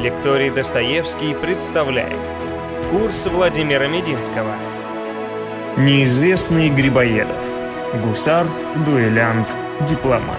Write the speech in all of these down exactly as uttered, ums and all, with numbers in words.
Лекторий Достоевский представляет курс Владимира Мединского. Неизвестный Грибоедов. Гусар, дуэлянт, дипломат.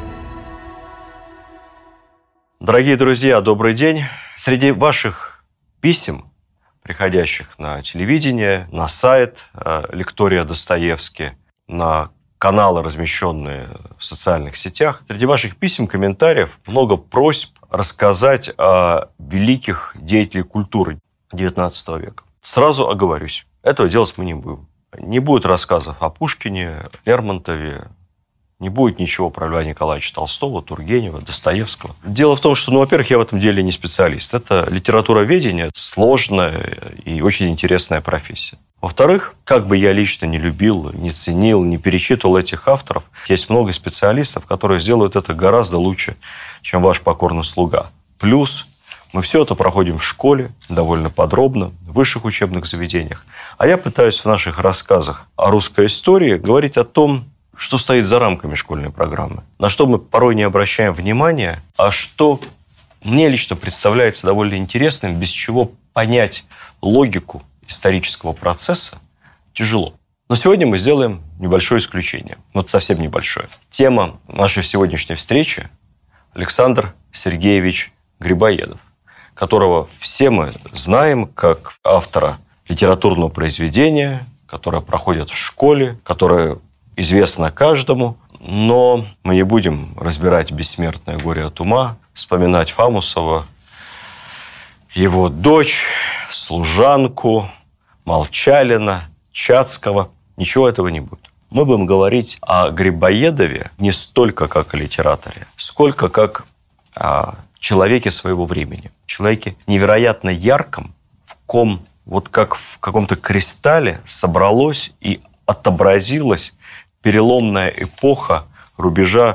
Дорогие друзья, добрый день. Среди ваших писем, приходящих на телевидение, на сайт э, Лектория Достоевский, на каналы, размещенные в социальных сетях, среди ваших писем, комментариев много просьб рассказать о великих деятелях культуры девятнадцатого века. Сразу оговорюсь, этого делать мы не будем. Не будет рассказов о Пушкине, Лермонтове, не будет ничего про Льва Николаевича Толстого, Тургенева, Достоевского. Дело в том, что, ну, во-первых, я в этом деле не специалист. Это литературоведение, сложная и очень интересная профессия. Во-вторых, как бы я лично не любил, не ценил, не перечитывал этих авторов, есть много специалистов, которые сделают это гораздо лучше, чем ваш покорный слуга. Плюс мы все это проходим в школе довольно подробно, в высших учебных заведениях. А я пытаюсь в наших рассказах о русской истории говорить о том, что стоит за рамками школьной программы, на что мы порой не обращаем внимания, а что мне лично представляется довольно интересным, без чего понять логику исторического процесса тяжело. Но сегодня мы сделаем небольшое исключение. Вот совсем небольшое. Тема нашей сегодняшней встречи – Александр Сергеевич Грибоедов, которого все мы знаем как автора литературного произведения, которое проходит в школе, которое известно каждому. Но мы не будем разбирать «Бессмертное горе от ума», вспоминать Фамусова, его дочь, служанку, Молчалина, Чацкого. Ничего этого не будет. Мы будем говорить о Грибоедове не столько как о литераторе, сколько как о человеке своего времени. Человеке невероятно ярком, в ком вот как в каком-то кристалле собралось и отобразилась переломная эпоха рубежа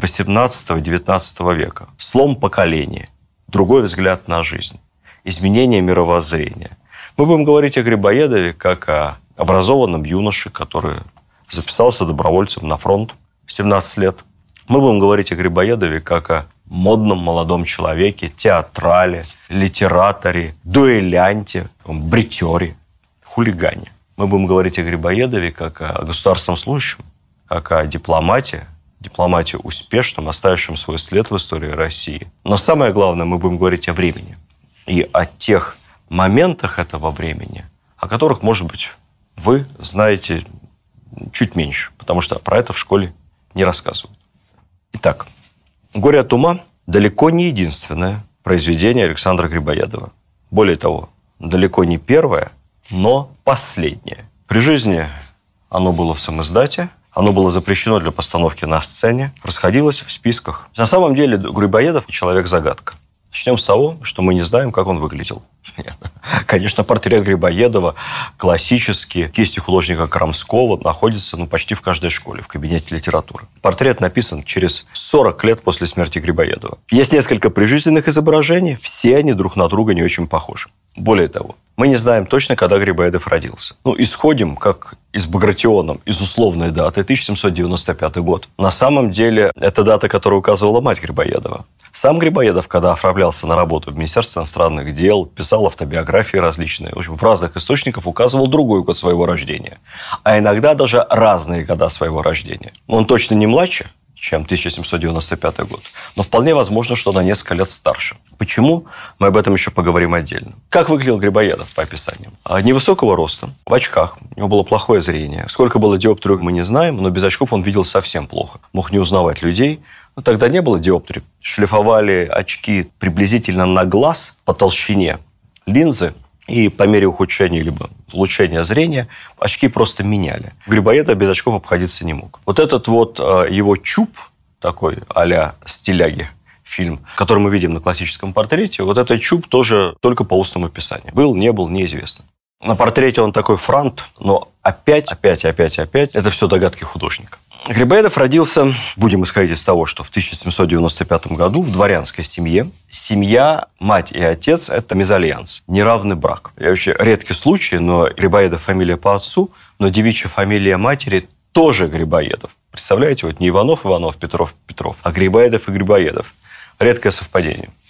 восемнадцатого-девятнадцатого века. Слом поколения, другой взгляд на жизнь, изменение мировоззрения. Мы будем говорить о Грибоедове как о образованном юноше, который записался добровольцем на фронт в семнадцать лет. Мы будем говорить о Грибоедове как о модном молодом человеке, театрале, литераторе, дуэлянте, бритере, хулигане. Мы будем говорить о Грибоедове как о государственном служащем, как о дипломате, дипломате успешном, оставившем свой след в истории России. Но самое главное, мы будем говорить о времени и о тех моментах этого времени, о которых, может быть, вы знаете чуть меньше, потому что про это в школе не рассказывают. Итак, «Горе от ума» далеко не единственное произведение Александра Грибоедова. Более того, далеко не первое, но последнее. При жизни оно было в самиздате, оно было запрещено для постановки на сцене, расходилось в списках. На самом деле Грибоедов – человек-загадка. Начнем с того, что мы не знаем, как он выглядел. Нет. Конечно, портрет Грибоедова классический, кистью художника Крамского, находится ну, почти в каждой школе, в кабинете литературы. Портрет написан через сорок лет после смерти Грибоедова. Есть несколько прижизненных изображений, все они друг на друга не очень похожи. Более того, мы не знаем точно, когда Грибоедов родился. Ну, исходим, как из Багратионом, из условной даты, тысяча семьсот девяносто пятый год. На самом деле, это дата, которую указывала мать Грибоедова. Сам Грибоедов, когда оформлялся на работу в Министерство иностранных дел, писал автобиографии различные, в общем, в разных источниках указывал другой год своего рождения. А иногда даже разные года своего рождения. Он точно не младше, чем тысяча семьсот девяносто пятый год, но вполне возможно, что на несколько лет старше. Почему? Мы об этом еще поговорим отдельно. Как выглядел Грибоедов по описаниям? Невысокого роста, в очках, у него было плохое зрение. Сколько было диоптрий, мы не знаем, но без очков он видел совсем плохо. Мог не узнавать людей. Но тогда не было диоптрий. Шлифовали очки приблизительно на глаз по толщине линзы, и по мере ухудшения либо улучшения зрения очки просто меняли. Грибоедов без очков обходиться не мог. Вот этот вот его чуб, такой а-ля «Стиляги», фильм, который мы видим на классическом портрете, вот этот чуб тоже только по устному описанию. Был, не был, неизвестно. На портрете он такой франт, но опять, опять, опять, опять, это все догадки художника. Грибоедов родился, будем исходить из того, что в тысяча семьсот девяносто пятом году в дворянской семье. Семья, мать и отец – это мезальянс, неравный брак. И вообще редкий случай, но Грибоедов фамилия по отцу, но девичья фамилия матери тоже Грибоедов. Представляете, вот не Иванов, Иванов, Петров, Петров, а Грибоедов и Грибоедов. Редкое совпадение.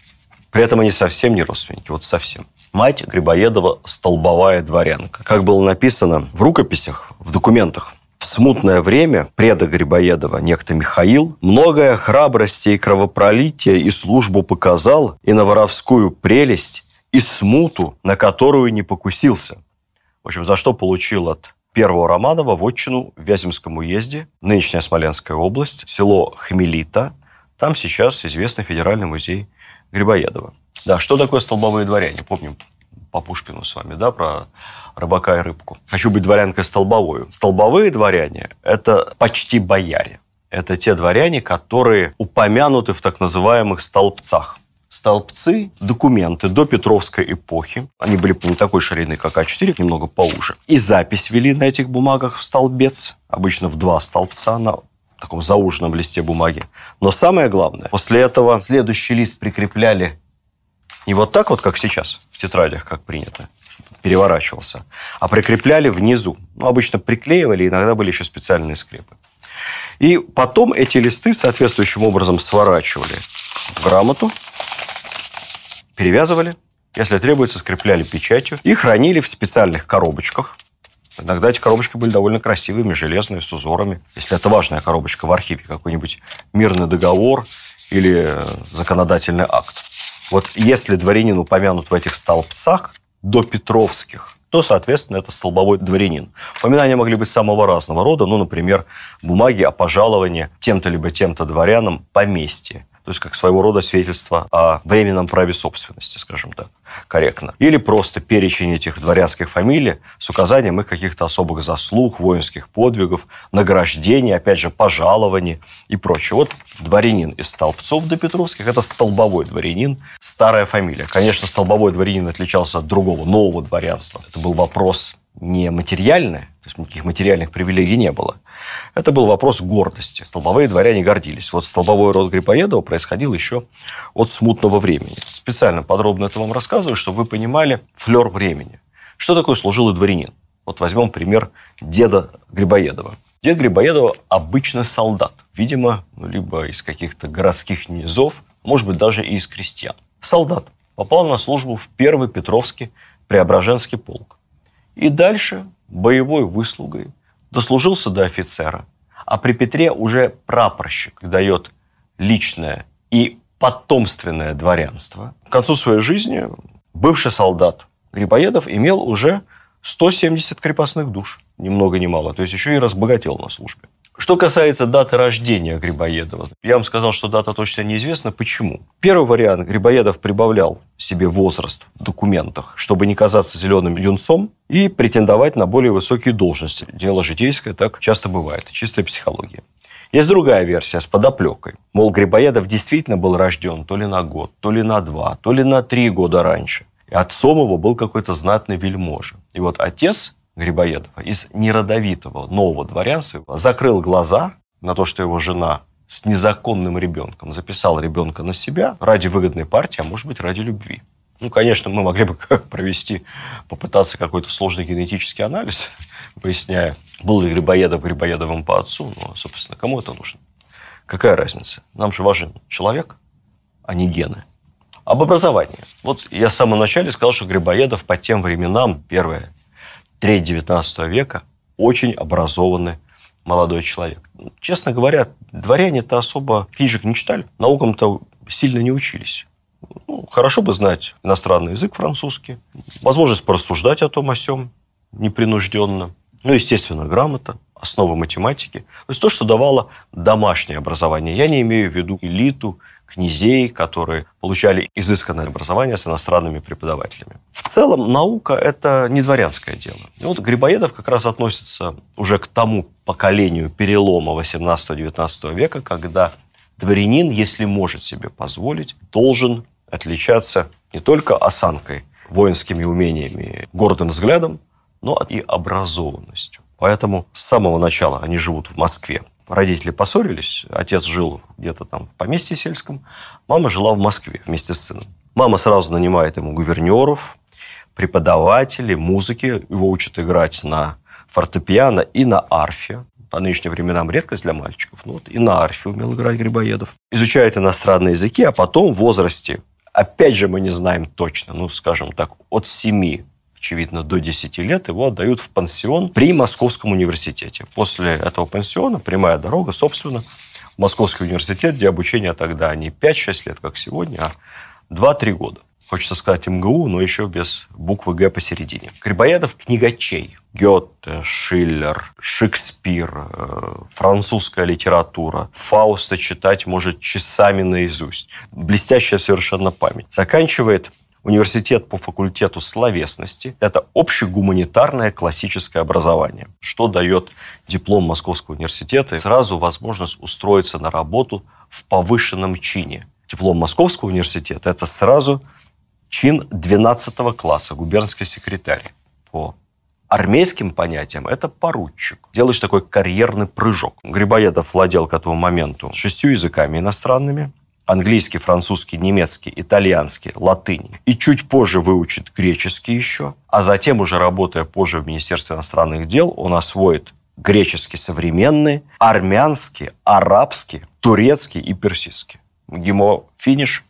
При этом они совсем не родственники, вот совсем. Мать Грибоедова – столбовая дворянка. Как было написано в рукописях, в документах, в смутное время предок Грибоедова, некто Михаил, многое храбрости и кровопролития и службу показал, и на воровскую прелесть, и смуту, на которую не покусился. В общем, за что получил от первого Романова вотчину в Вяземском уезде, нынешняя Смоленская область, село Хмелита. Там сейчас известный федеральный музей Грибоедова. Да, что такое столбовые дворяне? Помним по Пушкину с вами, да, про рыбака и рыбку. Хочу быть дворянкой столбовою. Столбовые дворяне – это почти бояре. Это те дворяне, которые упомянуты в так называемых столбцах. Столбцы – документы до Петровской эпохи. Они были не такой ширины, как а четыре, немного поуже. И запись вели на этих бумагах в столбец. Обычно в два столбца на таком зауженном листе бумаги. Но самое главное, после этого следующий лист прикрепляли не вот так вот, как сейчас, в тетрадях, как принято, переворачивался, а прикрепляли внизу. Ну, обычно приклеивали, иногда были еще специальные скрепы. И потом эти листы соответствующим образом сворачивали в грамоту, перевязывали, если требуется, скрепляли печатью и хранили в специальных коробочках. Иногда эти коробочки были довольно красивыми, железные, с узорами. Если это важная коробочка в архиве, какой-нибудь мирный договор или законодательный акт. Вот если дворянин упомянут в этих столбцах до Петровских, то, соответственно, это столбовой дворянин. Упоминания могли быть самого разного рода. Ну, например, бумаги о пожаловании тем-то либо тем-то дворянам поместья. То есть, как своего рода свидетельство о временном праве собственности, скажем так, корректно. Или просто перечень этих дворянских фамилий с указанием их каких-то особых заслуг, воинских подвигов, награждений, опять же, пожалований и прочее. Вот дворянин из столбцов до Петровских – это столбовой дворянин, старая фамилия. Конечно, столбовой дворянин отличался от другого, нового дворянства. Это был вопрос не материальный, то есть никаких материальных привилегий не было. Это был вопрос гордости. Столбовые дворяне гордились. Вот столбовой род Грибоедова происходил еще от смутного времени. Специально подробно это вам рассказываю, чтобы вы понимали флер времени. Что такое служилый дворянин? Вот возьмем пример деда Грибоедова. Дед Грибоедова обычный солдат. Видимо, либо из каких-то городских низов, может быть, даже и из крестьян. Солдат. Попал на службу в первый Петровский Преображенский полк. И дальше боевой выслугой дослужился до офицера. А при Петре уже прапорщик дает личное и потомственное дворянство. К концу своей жизни бывший солдат Грибоедов имел уже сто семьдесят крепостных душ. Ни много ни мало. То есть еще и разбогател на службе. Что касается даты рождения Грибоедова, я вам сказал, что дата точно неизвестна. Почему? Первый вариант. Грибоедов прибавлял себе возраст в документах, чтобы не казаться зеленым юнцом и претендовать на более высокие должности. Дело житейское, так часто бывает. Чистая психология. Есть другая версия с подоплекой. Мол, Грибоедов действительно был рожден то ли на год, то ли на два, то ли на три года раньше. И отцом его был какой-то знатный вельможа. И вот отец Грибоедова из неродовитого нового дворянства закрыл глаза на то, что его жена с незаконным ребенком записала ребенка на себя ради выгодной партии, а может быть, ради любви. Ну, конечно, мы могли бы провести, попытаться какой-то сложный генетический анализ, поясняя, был ли Грибоедов Грибоедовым по отцу, но, собственно, кому это нужно? Какая разница? Нам же важен человек, а не гены. Об образовании. Вот я в самом начале сказал, что Грибоедов по тем временам, первое, треть девятнадцатого века, очень образованный молодой человек. Честно говоря, дворяне-то особо книжек не читали, наукам-то сильно не учились. Ну, хорошо бы знать иностранный язык французский, возможность порассуждать о том о сём непринужденно. Ну, естественно, грамота, основы математики. То есть то, что давало домашнее образование. Я не имею в виду элиту, князей, которые получали изысканное образование с иностранными преподавателями. В целом, наука – это не дворянское дело. И вот Грибоедов как раз относится уже к тому поколению перелома восемнадцатого-девятнадцатого века, когда дворянин, если может себе позволить, должен отличаться не только осанкой, воинскими умениями, гордым взглядом, но и образованностью. Поэтому с самого начала они живут в Москве. Родители поссорились, отец жил где-то там в поместье сельском, мама жила в Москве вместе с сыном. Мама сразу нанимает ему гувернеров, преподавателей музыки, его учат играть на фортепиано и на арфе. По нынешним временам редкость для мальчиков, но вот и на арфе умел играть Грибоедов. Изучает иностранные языки, а потом в возрасте Опять же, мы не знаем точно, ну, скажем так, от семи, очевидно, до десяти лет его отдают в пансион при Московском университете. После этого пансиона прямая дорога, собственно, в Московский университет, где обучение тогда не пять-шесть лет, как сегодня, а два-три года. Хочется сказать эм гэ у, но еще без буквы «Г» посередине. Грибоедов – книгачей. Гёте, Шиллер, Шекспир, французская литература. Фауста читать может часами наизусть. Блестящая совершенно память. Заканчивает университет по факультету словесности. Это общегуманитарное классическое образование. Что дает диплом Московского университета? И сразу возможность устроиться на работу в повышенном чине. Диплом Московского университета – это сразу чин двенадцатого класса, губернский секретарь. По армейским понятиям это поручик. Делаешь такой карьерный прыжок. Грибоедов владел к этому моменту шестью языками иностранными. Английский, французский, немецкий, итальянский, латынь. И чуть позже выучит греческий еще. А затем, уже работая позже в Министерстве иностранных дел, он освоит греческий современный, армянский, арабский, турецкий и персидский. Гемофиниш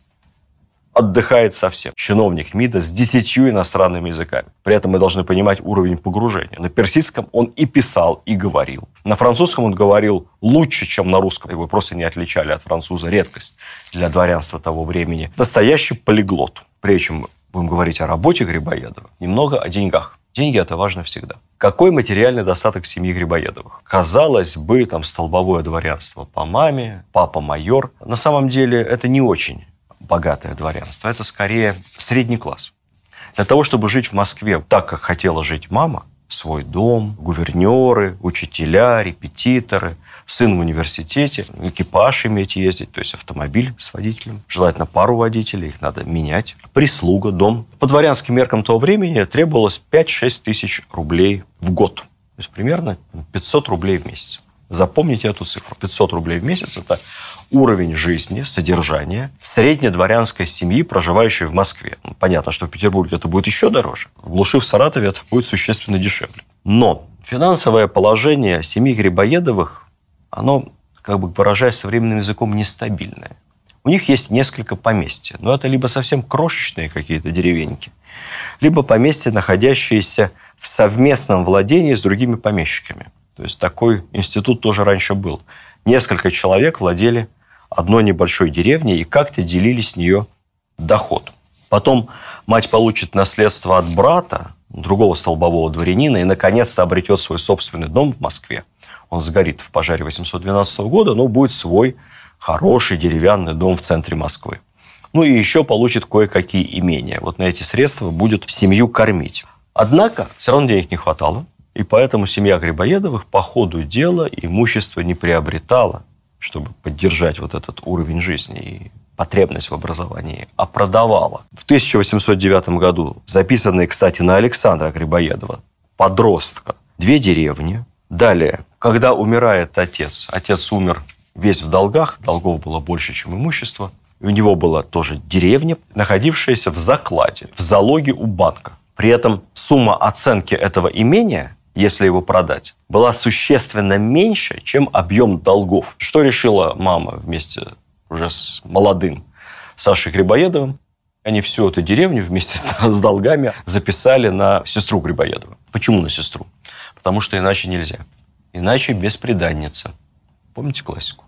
отдыхает совсем. Чиновник МИДа с десятью иностранными языками. При этом мы должны понимать уровень погружения. На персидском он и писал, и говорил. На французском он говорил лучше, чем на русском. Его просто не отличали от француза. Редкость для дворянства того времени. Настоящий полиглот. Прежде чем будем говорить о работе Грибоедова, немного о деньгах. Деньги – это важно всегда. Какой материальный достаток семьи Грибоедовых? Казалось бы, там столбовое дворянство по маме, папа майор. На самом деле это не очень богатое дворянство. Это скорее средний класс. Для того, чтобы жить в Москве так, как хотела жить мама, свой дом, гувернеры, учителя, репетиторы, сын в университете, экипаж иметь, ездить, то есть автомобиль с водителем, желательно пару водителей, их надо менять, прислуга, дом. По дворянским меркам того времени требовалось пять-шесть тысяч рублей в год. То есть примерно пятьсот рублей в месяц. Запомните эту цифру. пятьсот рублей в месяц – это уровень жизни, содержания среднедворянской семьи, проживающей в Москве. Понятно, что в Петербурге это будет еще дороже. В глуши в Саратове это будет существенно дешевле. Но финансовое положение семьи Грибоедовых, оно, как бы выражаясь современным языком, нестабильное. У них есть несколько поместья, но это либо совсем крошечные какие-то деревеньки, либо поместья, находящиеся в совместном владении с другими помещиками. То есть такой институт тоже раньше был. Несколько человек владели одной небольшой деревней и как-то делили с нее доход. Потом мать получит наследство от брата, другого столбового дворянина, и наконец-то обретет свой собственный дом в Москве. Он сгорит в пожаре восемьсот двенадцатого года, но будет свой хороший деревянный дом в центре Москвы. Ну и еще получит кое-какие имения. Вот на эти средства будет семью кормить. Однако все равно денег не хватало. И поэтому семья Грибоедовых по ходу дела имущество не приобретала, чтобы поддержать вот этот уровень жизни и потребность в образовании, а продавала. В тысяча восемьсот девятом году записанные, кстати, на Александра Грибоедова, подростка, две деревни. Далее, когда умирает отец, отец умер весь в долгах, долгов было больше, чем имущества. И у него была тоже деревня, находившаяся в закладе, в залоге у банка. При этом сумма оценки этого имения, если его продать, была существенно меньше, чем объем долгов. Что решила мама вместе уже с молодым Сашей Грибоедовым? Они всю эту деревню вместе с долгами записали на сестру Грибоедова. Почему на сестру? Потому что иначе нельзя. Иначе бесприданница. Помните классику?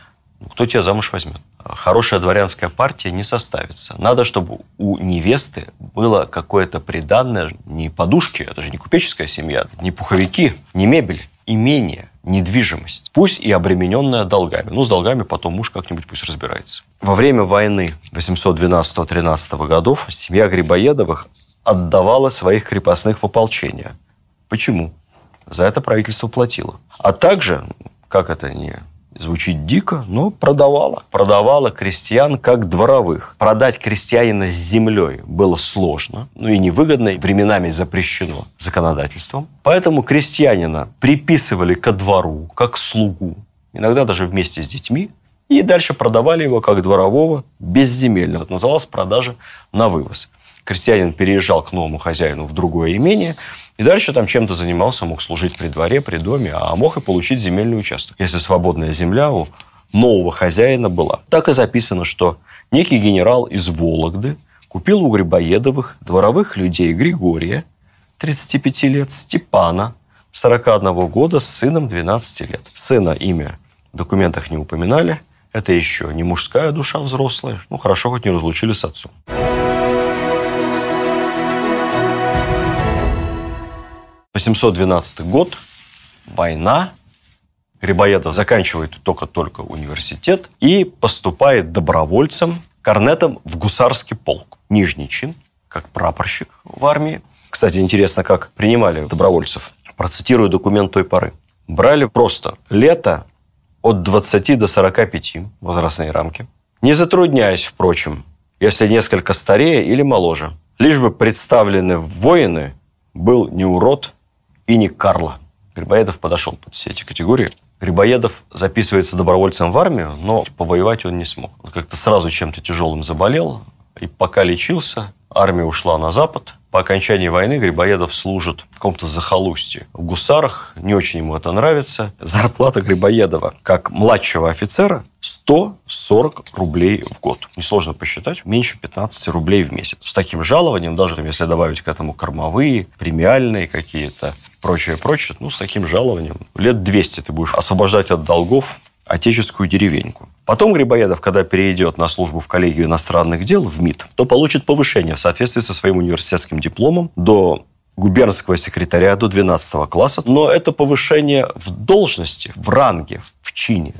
Кто тебя замуж возьмет? Хорошая дворянская партия не составится. Надо, чтобы у невесты было какое-то приданное, не подушки, это же не купеческая семья, не пуховики, не мебель, имение, недвижимость. Пусть и обремененная долгами. Ну, с долгами потом муж как-нибудь пусть разбирается. Во время войны восемьсот двенадцатого-тринадцатого годов семья Грибоедовых отдавала своих крепостных в ополчение. Почему? За это правительство платило. А также, как это не... звучит дико, но продавала. Продавала крестьян как дворовых. Продать крестьянина с землей было сложно, ну и невыгодно, и временами запрещено законодательством. Поэтому крестьянина приписывали ко двору, как слугу, иногда даже вместе с детьми, и дальше продавали его как дворового безземельного. Это называлось продажа на вывоз. Крестьянин переезжал к новому хозяину в другое имение, и дальше там чем-то занимался, мог служить при дворе, при доме, а мог и получить земельный участок. Если свободная земля у нового хозяина была. Так и записано, что некий генерал из Вологды купил у Грибоедовых дворовых людей Григория, тридцати пяти лет, Степана, сорока одного года, с сыном двенадцати лет. Сына имя в документах не упоминали. Это еще не мужская душа взрослая. Ну, хорошо, хоть не разлучили с отцом. восемьсот двенадцатый год. Война. Грибоедов заканчивает только-только университет и поступает добровольцем, корнетом в гусарский полк. Нижний чин, как прапорщик в армии. Кстати, интересно, как принимали добровольцев. Процитирую документ той поры. Брали просто лето от двадцати до сорока пяти, возрастные рамки, не затрудняясь, впрочем, если несколько старее или моложе. Лишь бы представлены воины был не урод и не Карло. Грибоедов подошел под все эти категории. Грибоедов записывается добровольцем в армию, но повоевать он не смог. Он как-то сразу чем-то тяжелым заболел, и пока лечился, армия ушла на запад. По окончании войны Грибоедов служит в каком-то захолустье. В гусарах, не очень ему это нравится. Зарплата Грибоедова, как младшего офицера, сто сорок рублей в год. Несложно посчитать, меньше пятнадцати рублей в месяц. С таким жалованием, даже если добавить к этому кормовые, премиальные какие-то, прочее, прочее, ну, с таким жалованием лет двести ты будешь освобождать от долгов отеческую деревеньку. Потом Грибоедов, когда перейдет на службу в коллегию иностранных дел, в МИД, то получит повышение в соответствии со своим университетским дипломом до губернского секретаря, до двенадцатого класса. Но это повышение в должности, в ранге, в чине,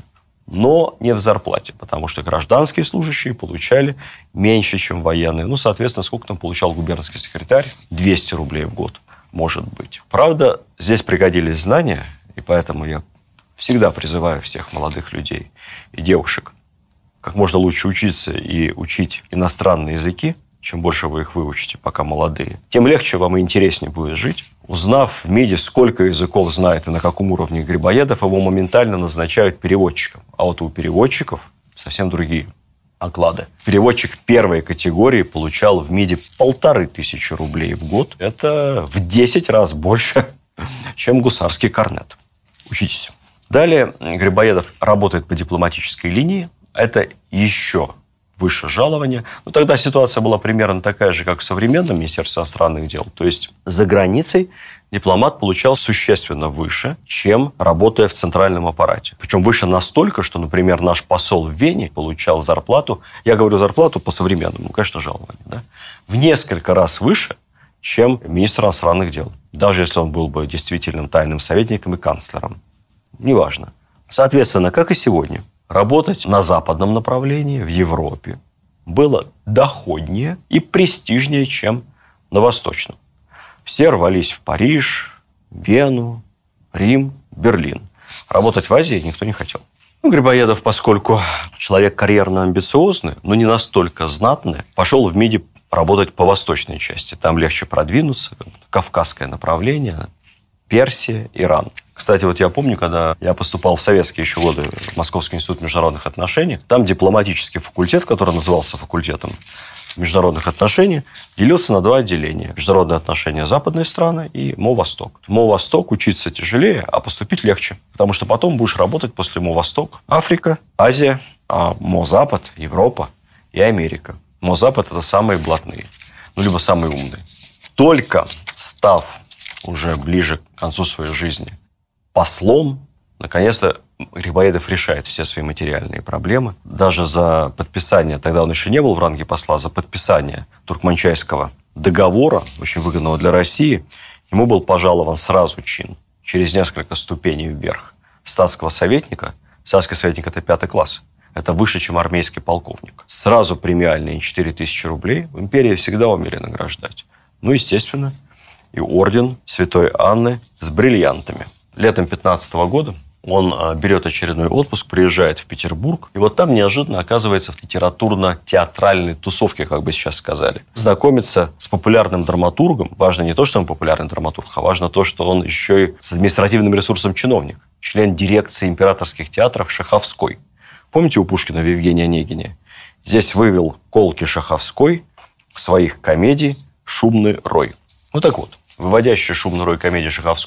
но не в зарплате, потому что гражданские служащие получали меньше, чем военные. Ну, соответственно, сколько там получал губернский секретарь? двести рублей в год, может быть. Правда, здесь пригодились знания, и поэтому я всегда призываю всех молодых людей и девушек как можно лучше учиться и учить иностранные языки. Чем больше вы их выучите, пока молодые, тем легче вам и интереснее будет жить. Узнав в МИДе, сколько языков знает и на каком уровне Грибоедов, его моментально назначают переводчиком. А вот у переводчиков совсем другие оклады. Переводчик первой категории получал в МИДе полторы тысячи рублей в год. Это в десять раз больше, чем гусарский корнет. Учитесь. Далее Грибоедов работает по дипломатической линии. Это еще выше жалования. Но тогда ситуация была примерно такая же, как в современном Министерстве иностранных дел. То есть за границей дипломат получал существенно выше, чем работая в центральном аппарате. Причем выше настолько, что, например, наш посол в Вене получал зарплату, я говорю зарплату по-современному, конечно, жалование, да, в несколько раз выше, чем министр иностранных дел. Даже если он был бы действительным тайным советником и канцлером. Неважно. Соответственно, как и сегодня, работать на западном направлении, в Европе, было доходнее и престижнее, чем на восточном. Все рвались в Париж, Вену, Рим, Берлин. Работать в Азии никто не хотел. Ну, Грибоедов, поскольку человек карьерно амбициозный, но не настолько знатный, пошел в МИДе работать по восточной части. Там легче продвинуться, кавказское направление, Персия, Иран. Кстати, вот я помню, когда я поступал в советские еще годы в Московский институт международных отношений, там дипломатический факультет, который назывался факультетом международных отношений, делился на два отделения. Международные отношения западной страны и МО-Восток. МО-Восток учиться тяжелее, а поступить легче. Потому что потом будешь работать после МО-Восток. Африка, Азия, а МО-Запад, Европа и Америка. МО-Запад – это самые блатные, ну, либо самые умные. Только став уже ближе к концу своей жизни послом, наконец-то Грибоедов решает все свои материальные проблемы. Даже за подписание, тогда он еще не был в ранге посла, за подписание Туркманчайского договора, очень выгодного для России, ему был пожалован сразу чин, через несколько ступеней вверх, статского советника. Статский советник – это пятый класс. Это выше, чем армейский полковник. Сразу премиальные четыре тысячи рублей. В империи всегда умели награждать. Ну, естественно, и орден Святой Анны с бриллиантами. Летом пятнадцатого года он берет очередной отпуск, приезжает в Петербург, и вот там неожиданно оказывается в литературно-театральной тусовке, как бы сейчас сказали. Знакомится с популярным драматургом. Важно не то, что он популярный драматург, а важно то, что он еще и с административным ресурсом чиновник. Член дирекции императорских театров Шаховской. Помните у Пушкина в Евгении Онегине? Здесь вывел колки Шаховской в своих комедий «Шумный рой». Ну так вот, выводящая «Шумный рой» комедии Шаховской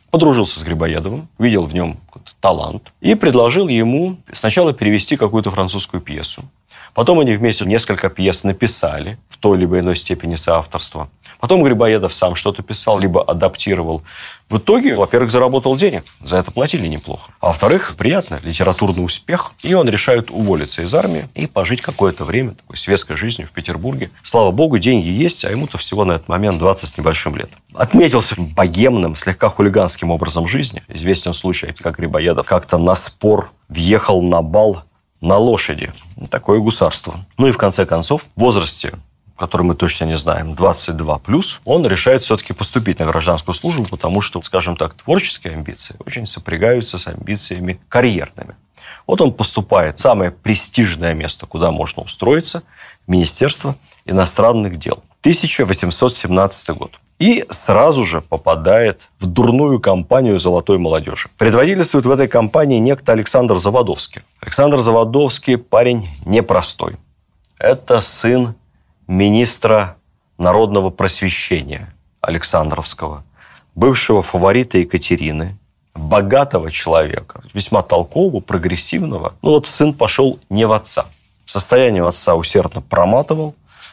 подружился с Грибоедовым, видел в нем какой-то талант и предложил ему сначала перевести какую-то французскую пьесу. Потом они вместе несколько пьес написали в той либо иной степени соавторства. Потом Грибоедов сам что-то писал, либо адаптировал. В итоге, во-первых, заработал денег, за это платили неплохо. А во-вторых, приятно, литературный успех. И он решает уволиться из армии и пожить какое-то время такой светской жизнью в Петербурге. Слава богу, деньги есть, а ему-то всего на этот момент двадцать с небольшим лет. Отметился богемным, слегка хулиганским образом жизни. Известен случай, как Грибоедов как-то на спор въехал на бал на лошади. Такое гусарство. Ну и в конце концов, в возрасте, который мы точно не знаем, двадцать два плюс, он решает все-таки поступить на гражданскую службу, потому что, скажем так, творческие амбиции очень сопрягаются с амбициями карьерными. Вот он поступает в самое престижное место, куда можно устроиться, в Министерство иностранных дел. тысяча восемьсот семнадцатый год. И сразу же попадает в дурную компанию золотой молодежи. Предводительствует в этой компании некто Александр Заводовский. Александр Заводовский парень непростой. Это сын министра народного просвещения Александровского, бывшего фаворита Екатерины, богатого человека, весьма толкового, прогрессивного. Ну вот сын пошел не в отца. Состояние отца усердно проматывал,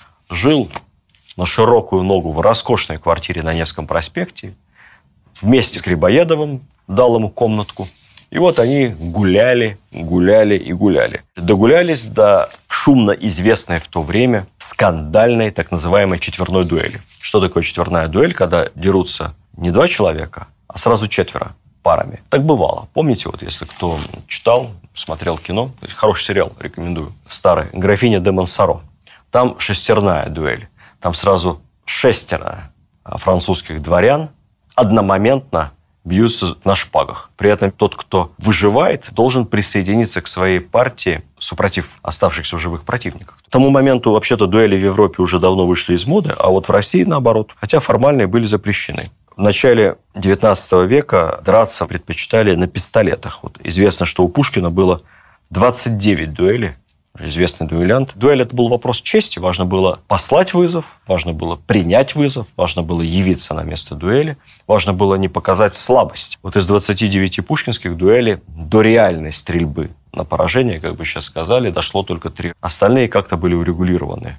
жил на широкую ногу в роскошной квартире на Невском проспекте, вместе с Грибоедовым дал ему комнатку. И вот они гуляли, гуляли и гуляли. Догулялись до шумно известной в то время скандальной так называемой четверной дуэли. Что такое четверная дуэль? Когда дерутся не два человека, а сразу четверо парами. Так бывало. Помните, вот если кто читал, смотрел кино, хороший сериал, рекомендую, старый, «Графиня де Монсоро». Там шестерная дуэль. Там сразу шестеро французских дворян одномоментно бьются на шпагах. При этом тот, кто выживает, должен присоединиться к своей партии, супротив оставшихся в живых противников. К тому моменту, вообще-то, дуэли в Европе уже давно вышли из моды, а вот в России наоборот, хотя формально и были запрещены. В начале девятнадцатого века драться предпочитали на пистолетах. Вот известно, что у Пушкина было двадцать девять дуэлей. Известный дуэлянт. Дуэль – это был вопрос чести. Важно было послать вызов, важно было принять вызов, важно было явиться на место дуэли, важно было не показать слабость. Вот из двадцати девяти пушкинских дуэлей до реальной стрельбы на поражение, как бы сейчас сказали, дошло только три. Остальные как-то были урегулированы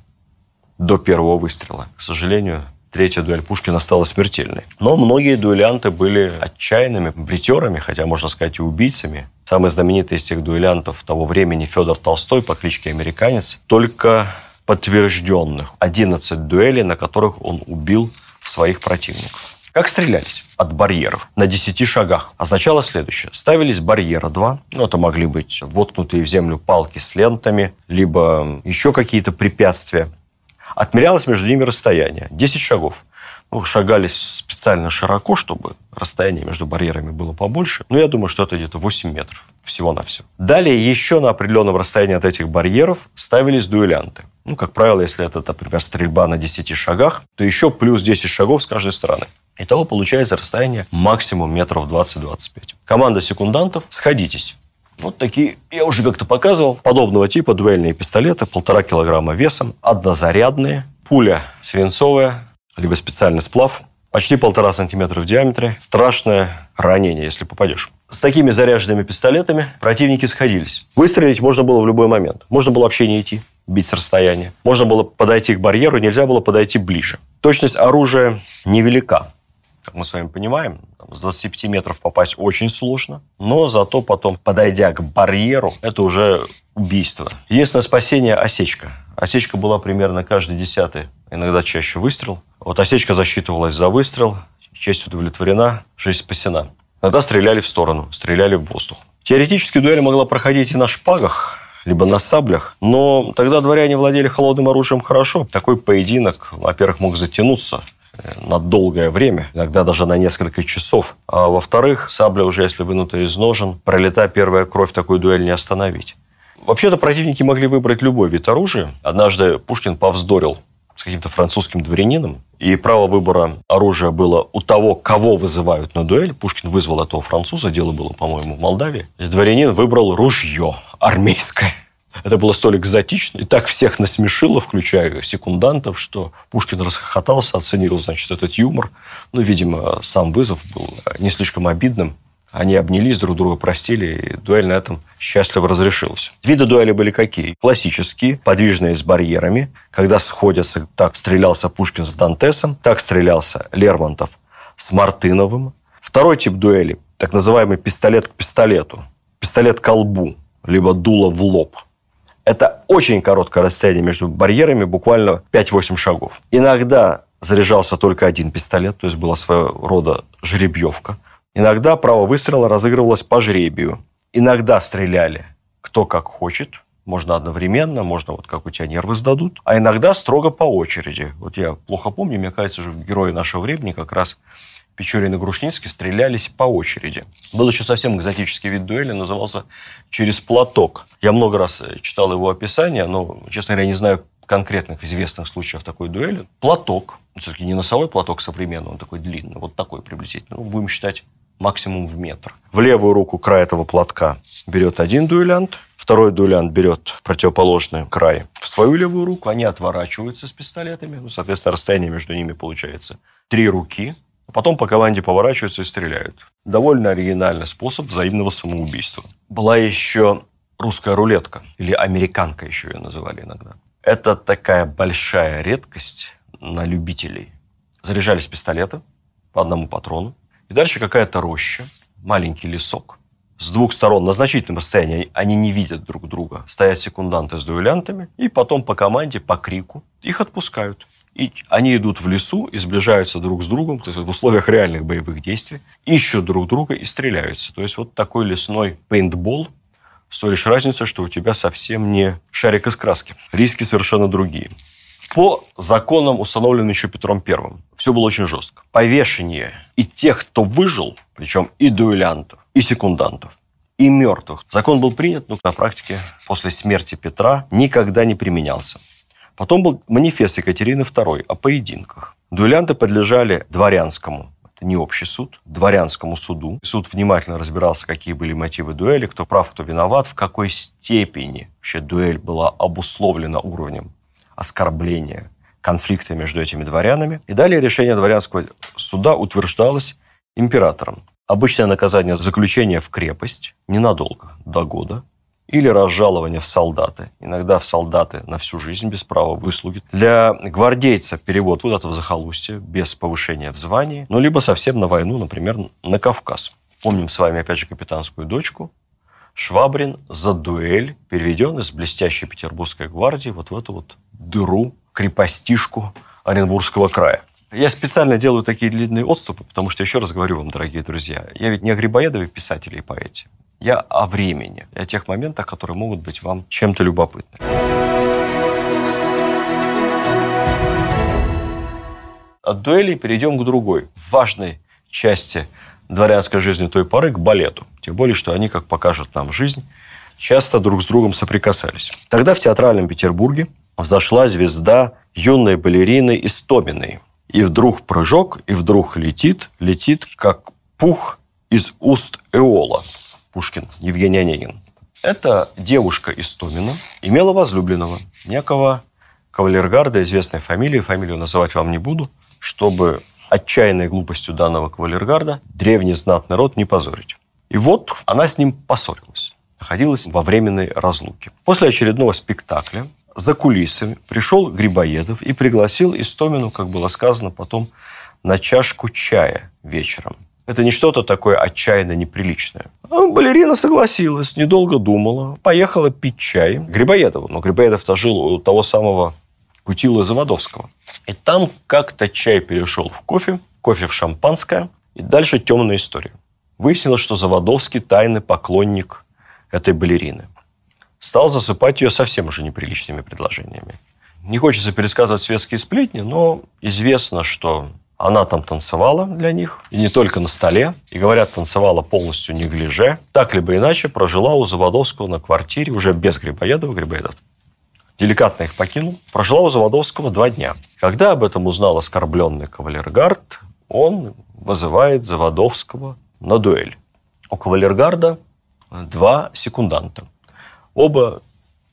до первого выстрела. К сожалению, третья дуэль Пушкина стала смертельной. Но многие дуэлянты были отчаянными бритерами, хотя, можно сказать, и убийцами. Самый знаменитый из тех дуэлянтов того времени Федор Толстой по кличке Американец. Только подтвержденных одиннадцать дуэлей, на которых он убил своих противников. Как стрелялись? От барьеров. На десяти шагах. Означало следующее. Ставились барьера два. Ну, это могли быть воткнутые в землю палки с лентами, либо еще какие-то препятствия. Отмерялось между ними расстояние. десять шагов. Ну, шагались специально широко, чтобы расстояние между барьерами было побольше. Но я думаю, что это где-то восемь метров всего-навсего. Далее еще на определенном расстоянии от этих барьеров ставились дуэлянты. Ну, как правило, если это, например, стрельба на десяти шагах, то еще плюс десять шагов с каждой стороны. Итого получается расстояние максимум метров двадцать-двадцать пять. Команда секундантов «Сходитесь». Вот такие, я уже как-то показывал, подобного типа дуэльные пистолеты, полтора килограмма весом, однозарядные, пуля свинцовая, либо специальный сплав, почти полтора сантиметра в диаметре, страшное ранение, если попадешь. С такими заряженными пистолетами противники сходились. Выстрелить можно было в любой момент. Можно было вообще не идти, бить с расстояния. Можно было подойти к барьеру, нельзя было подойти ближе. Точность оружия невелика. Как мы с вами понимаем, с двадцати пяти метров попасть очень сложно, но зато потом, подойдя к барьеру, это уже убийство. Единственное спасение – осечка. Осечка была примерно каждый десятый, иногда чаще выстрел. Вот осечка засчитывалась за выстрел, честь удовлетворена, жизнь спасена. Иногда стреляли в сторону, стреляли в воздух. Теоретически дуэль могла проходить и на шпагах, либо на саблях, но тогда дворяне владели холодным оружием хорошо. Такой поединок, во-первых, мог затянуться на долгое время, иногда даже на несколько часов. А во-вторых, сабля уже, если вынута из ножен, пролетая первая кровь, такую дуэль не остановить. Вообще-то противники могли выбрать любой вид оружия. Однажды Пушкин повздорил с каким-то французским дворянином, и право выбора оружия было у того, кого вызывают на дуэль. Пушкин вызвал этого француза, дело было, по-моему, в Молдавии. И дворянин выбрал ружье армейское. Это было столь экзотично, и так всех насмешило, включая секундантов, что Пушкин расхохотался, оценил, значит, этот юмор. Ну, видимо, сам вызов был не слишком обидным. Они обнялись, друг друга простили, и дуэль на этом счастливо разрешилась. Виды дуэли были какие? Классические, подвижные с барьерами, когда сходятся, так стрелялся Пушкин с Дантесом, так стрелялся Лермонтов с Мартыновым. Второй тип дуэли, так называемый пистолет к пистолету, пистолет к лбу, либо дуло в лоб. Это очень короткое расстояние между барьерами, буквально пять-восемь шагов. Иногда заряжался только один пистолет, то есть была своего рода жеребьевка. Иногда право выстрела разыгрывалось по жребию. Иногда стреляли кто как хочет. Можно одновременно, можно вот как у тебя нервы сдадут. А иногда строго по очереди. Вот я плохо помню, мне кажется, что герои нашего времени как раз Печорин и Грушницкий стрелялись по очереди. Был еще совсем экзотический вид дуэли, назывался «через платок». Я много раз читал его описание, но, честно говоря, не знаю конкретных известных случаев такой дуэли. Платок, все-таки не носовой платок современный, он такой длинный, вот такой приблизительно. Ну, будем считать максимум в метр. В левую руку край этого платка берет один дуэлянт, второй дуэлянт берет противоположный край в свою левую руку, они отворачиваются с пистолетами, ну, соответственно, расстояние между ними получается три руки, а потом по команде поворачиваются и стреляют. Довольно оригинальный способ взаимного самоубийства. Была еще русская рулетка, или американка еще ее называли иногда. Это такая большая редкость на любителей. Заряжались пистолеты по одному патрону. И дальше какая-то роща, маленький лесок. С двух сторон на значительном расстоянии они не видят друг друга. Стоят секунданты с дуэлянтами. И потом по команде, по крику их отпускают. И они идут в лесу и сближаются друг с другом, то есть в условиях реальных боевых действий, ищут друг друга и стреляются. То есть вот такой лесной пейнтбол, с той лишь разницей, что у тебя совсем не шарик из краски. Риски совершенно другие. По законам, установленным еще Петром Первым, все было очень жестко. Повешение и тех, кто выжил, причем и дуэлянтов, и секундантов, и мертвых. Закон был принят, но на практике после смерти Петра никогда не применялся. Потом был манифест Екатерины Второй о поединках. Дуэлянты подлежали дворянскому, это не общий суд, дворянскому суду. Суд внимательно разбирался, какие были мотивы дуэли, кто прав, кто виноват, в какой степени вообще дуэль была обусловлена уровнем оскорбления, конфликта между этими дворянами. И далее решение дворянского суда утверждалось императором. Обычное наказание – заключение в крепость ненадолго, до года, или разжалование в солдаты, иногда в солдаты на всю жизнь без права выслуги. Для гвардейца перевод куда-то в захолустье без повышения в звании, ну, либо совсем на войну, например, на Кавказ. Помним с вами, опять же, капитанскую дочку. Швабрин за дуэль переведен из блестящей петербургской гвардии вот в эту вот дыру, крепостишку Оренбургского края. Я специально делаю такие длинные отступы, потому что, еще раз говорю вам, дорогие друзья, я ведь не о Грибоедове писателе и поэте. Я о времени, о тех моментах, которые могут быть вам чем-то любопытны. От дуэлей перейдем к другой, важной части дворянской жизни той поры, к балету. Тем более, что они, как покажет нам жизнь, часто друг с другом соприкасались. Тогда в театральном Петербурге взошла звезда юной балерины Истоминой. И вдруг прыжок, и вдруг летит, летит, как пух из уст Эола. Пушкин, Евгений Онегин. Эта девушка Истомина имела возлюбленного, некого кавалергарда, известной фамилии, фамилию называть вам не буду, чтобы отчаянной глупостью данного кавалергарда древний знатный род не позорить. И вот она с ним поссорилась, находилась во временной разлуке. После очередного спектакля за кулисами пришел Грибоедов и пригласил Истомину, как было сказано потом, на чашку чая вечером. Это не что-то такое отчаянно неприличное. А балерина согласилась, недолго думала, поехала пить чай к Грибоедову. Но Грибоедов-то жил у того самого Кутилы Заводовского. И там как-то чай перешел в кофе, кофе в шампанское. И дальше темная история. Выяснилось, что Заводовский тайный поклонник этой балерины. Стал засыпать ее совсем уже неприличными предложениями. Не хочется пересказывать светские сплетни, но известно, что она там танцевала для них, и не только на столе, и, говорят, танцевала полностью неглиже. Так либо иначе прожила у Заводовского на квартире, уже без Грибоедова, Грибоедов деликатно их покинул, прожила у Заводовского два дня. Когда об этом узнал оскорбленный кавалергард, он вызывает Заводовского на дуэль. У кавалергарда два секунданта. Оба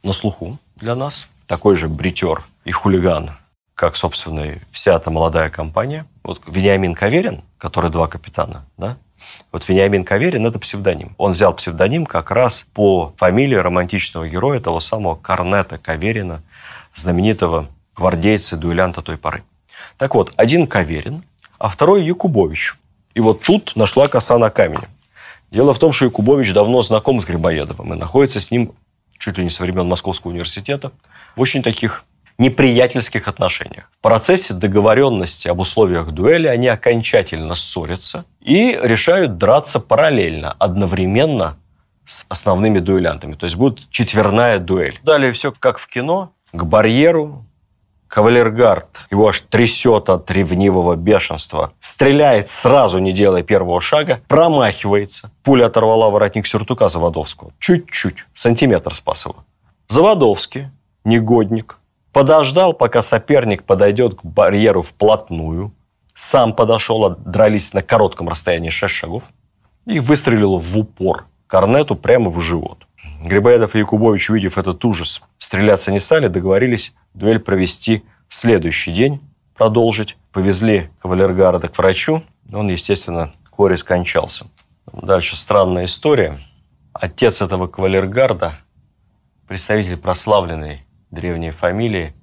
на слуху для нас. Такой же бритер и хулиган, как, собственно, и вся эта молодая компания. Вот Вениамин Каверин, который два капитана, да? Вот Вениамин Каверин – это псевдоним. Он взял псевдоним как раз по фамилии романтичного героя, того самого Корнета Каверина, знаменитого гвардейца, дуэлянта той поры. Так вот, один Каверин, а второй Якубович. И вот тут нашла коса на камень. Дело в том, что Якубович давно знаком с Грибоедовым и находится с ним чуть ли не со времен Московского университета в очень таких неприятельских отношениях. В процессе договоренности об условиях дуэли они окончательно ссорятся и решают драться параллельно, одновременно с основными дуэлянтами. То есть будет четверная дуэль. Далее все как в кино. К барьеру кавалергард, его аж трясет от ревнивого бешенства, стреляет сразу, не делая первого шага, промахивается. Пуля оторвала воротник сюртука Заводовского. Чуть-чуть, сантиметр спас его. Заводовский, негодник, подождал, пока соперник подойдет к барьеру вплотную, сам подошел, дрались на коротком расстоянии шесть шагов и выстрелил в упор Корнету прямо в живот. Грибоедов и Якубович, увидев этот ужас, стреляться не стали, договорились дуэль провести в следующий день, продолжить. Повезли кавалергарда к врачу, он, естественно, вскоре скончался. Дальше странная история. Отец этого кавалергарда, представитель прославленной древней фамилии,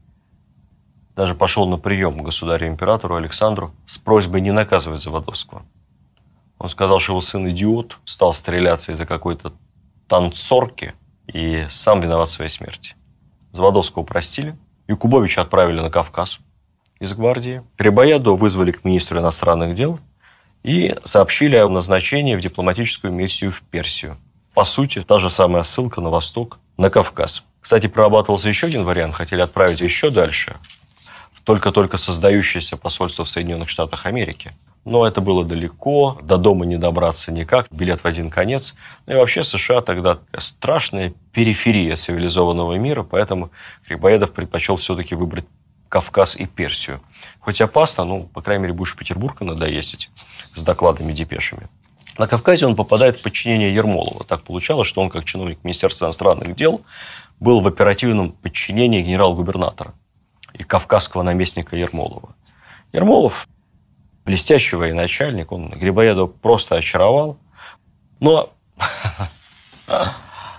даже пошел на прием к государю-императору Александру с просьбой не наказывать Заводовского. Он сказал, что его сын идиот, стал стреляться из-за какой-то танцорки и сам виноват в своей смерти. Заводовского простили, Якубовича отправили на Кавказ из гвардии. Грибоедова вызвали к министру иностранных дел и сообщили о назначении в дипломатическую миссию в Персию. По сути, та же самая ссылка на восток, на Кавказ. Кстати, прорабатывался еще один вариант. Хотели отправить еще дальше, в только-только создающееся посольство в Соединенных Штатах Америки. Но это было далеко, до дома не добраться никак, билет в один конец. Ну и вообще США тогда страшная периферия цивилизованного мира, поэтому Грибоедов предпочел все-таки выбрать Кавказ и Персию. Хоть опасно, ну, по крайней мере, будешь в Петербург иногда ездить с докладами, депешами. На Кавказе он попадает в подчинение Ермолова. Так получалось, что он, как чиновник Министерства иностранных дел, был в оперативном подчинении генерал-губернатора и кавказского наместника Ермолова. Ермолов, блестящий военачальник, он Грибоедова просто очаровал. Но в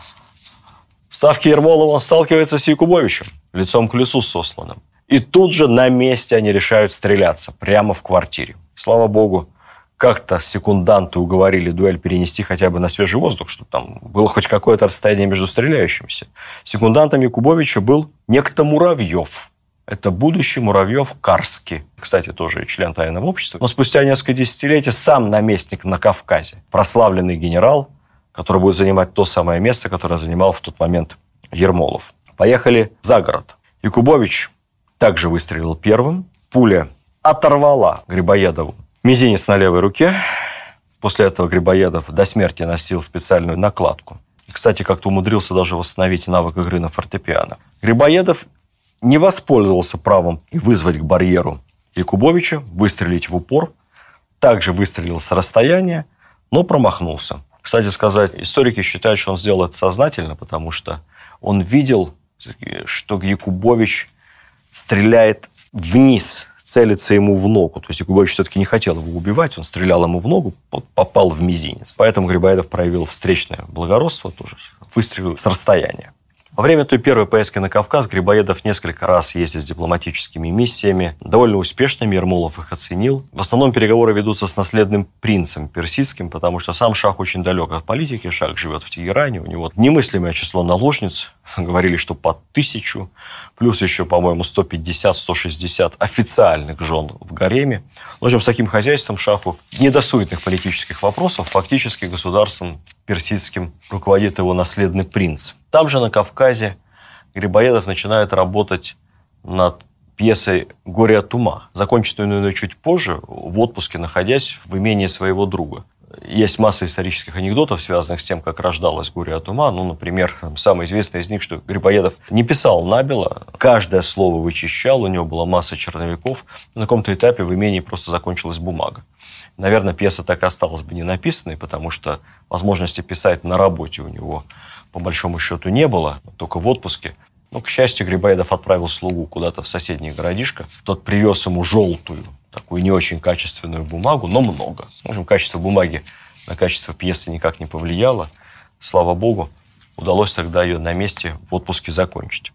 ставке Ермолова он сталкивается с Якубовичем, лицом к лицу сосланным. И тут же на месте они решают стреляться, прямо в квартире. Слава богу, как-то секунданты уговорили дуэль перенести хотя бы на свежий воздух, чтобы там было хоть какое-то расстояние между стреляющимися. Секундантом Якубовича был некто Муравьев. Это будущий Муравьев-Карский. Кстати, тоже член тайного общества. Но спустя несколько десятилетий сам наместник на Кавказе. Прославленный генерал, который будет занимать то самое место, которое занимал в тот момент Ермолов. Поехали за город. Якубович также выстрелил первым. Пуля оторвала Грибоедову мизинец на левой руке. После этого Грибоедов до смерти носил специальную накладку. И, кстати, как-то умудрился даже восстановить навык игры на фортепиано. Грибоедов не воспользовался правом и вызвать к барьеру Якубовича, выстрелить в упор. Также выстрелил с расстояния, но промахнулся. Кстати сказать, историки считают, что он сделал это сознательно, потому что он видел, что Якубович стреляет вниз, целится ему в ногу. То есть Якубович все-таки не хотел его убивать, он стрелял ему в ногу, попал в мизинец. Поэтому Грибоедов проявил встречное благородство, тоже выстрелил с расстояния. Во время той первой поездки на Кавказ Грибоедов несколько раз ездил с дипломатическими миссиями. Довольно успешными, Ермолов их оценил. В основном переговоры ведутся с наследным принцем персидским, потому что сам шах очень далек от политики. Шах живет в Тегеране, у него немыслимое число наложниц. Говорили, что по тысячу, плюс еще, по-моему, сто пятьдесят - сто шестьдесят официальных жен в гареме. В общем, с таким хозяйством шаху не до суетных политических вопросов. Фактически государством персидским руководит его наследный принц. Там же, на Кавказе, Грибоедов начинает работать над пьесой «Горе от ума», законченную чуть позже, в отпуске, находясь в имении своего друга. Есть масса исторических анекдотов, связанных с тем, как рождалась «Горе от ума». Ну, например, самый известный из них, что Грибоедов не писал набело, каждое слово вычищал, у него была масса черновиков. На каком-то этапе в имении просто закончилась бумага. Наверное, пьеса так и осталась бы не написанной, потому что возможности писать на работе у него, по большому счету, не было, только в отпуске. Но, к счастью, Грибоедов отправил слугу куда-то в соседнее городишко. Тот привез ему желтую, такую не очень качественную бумагу, но много. В общем, качество бумаги на качество пьесы никак не повлияло. Слава богу, удалось тогда ее на месте в отпуске закончить.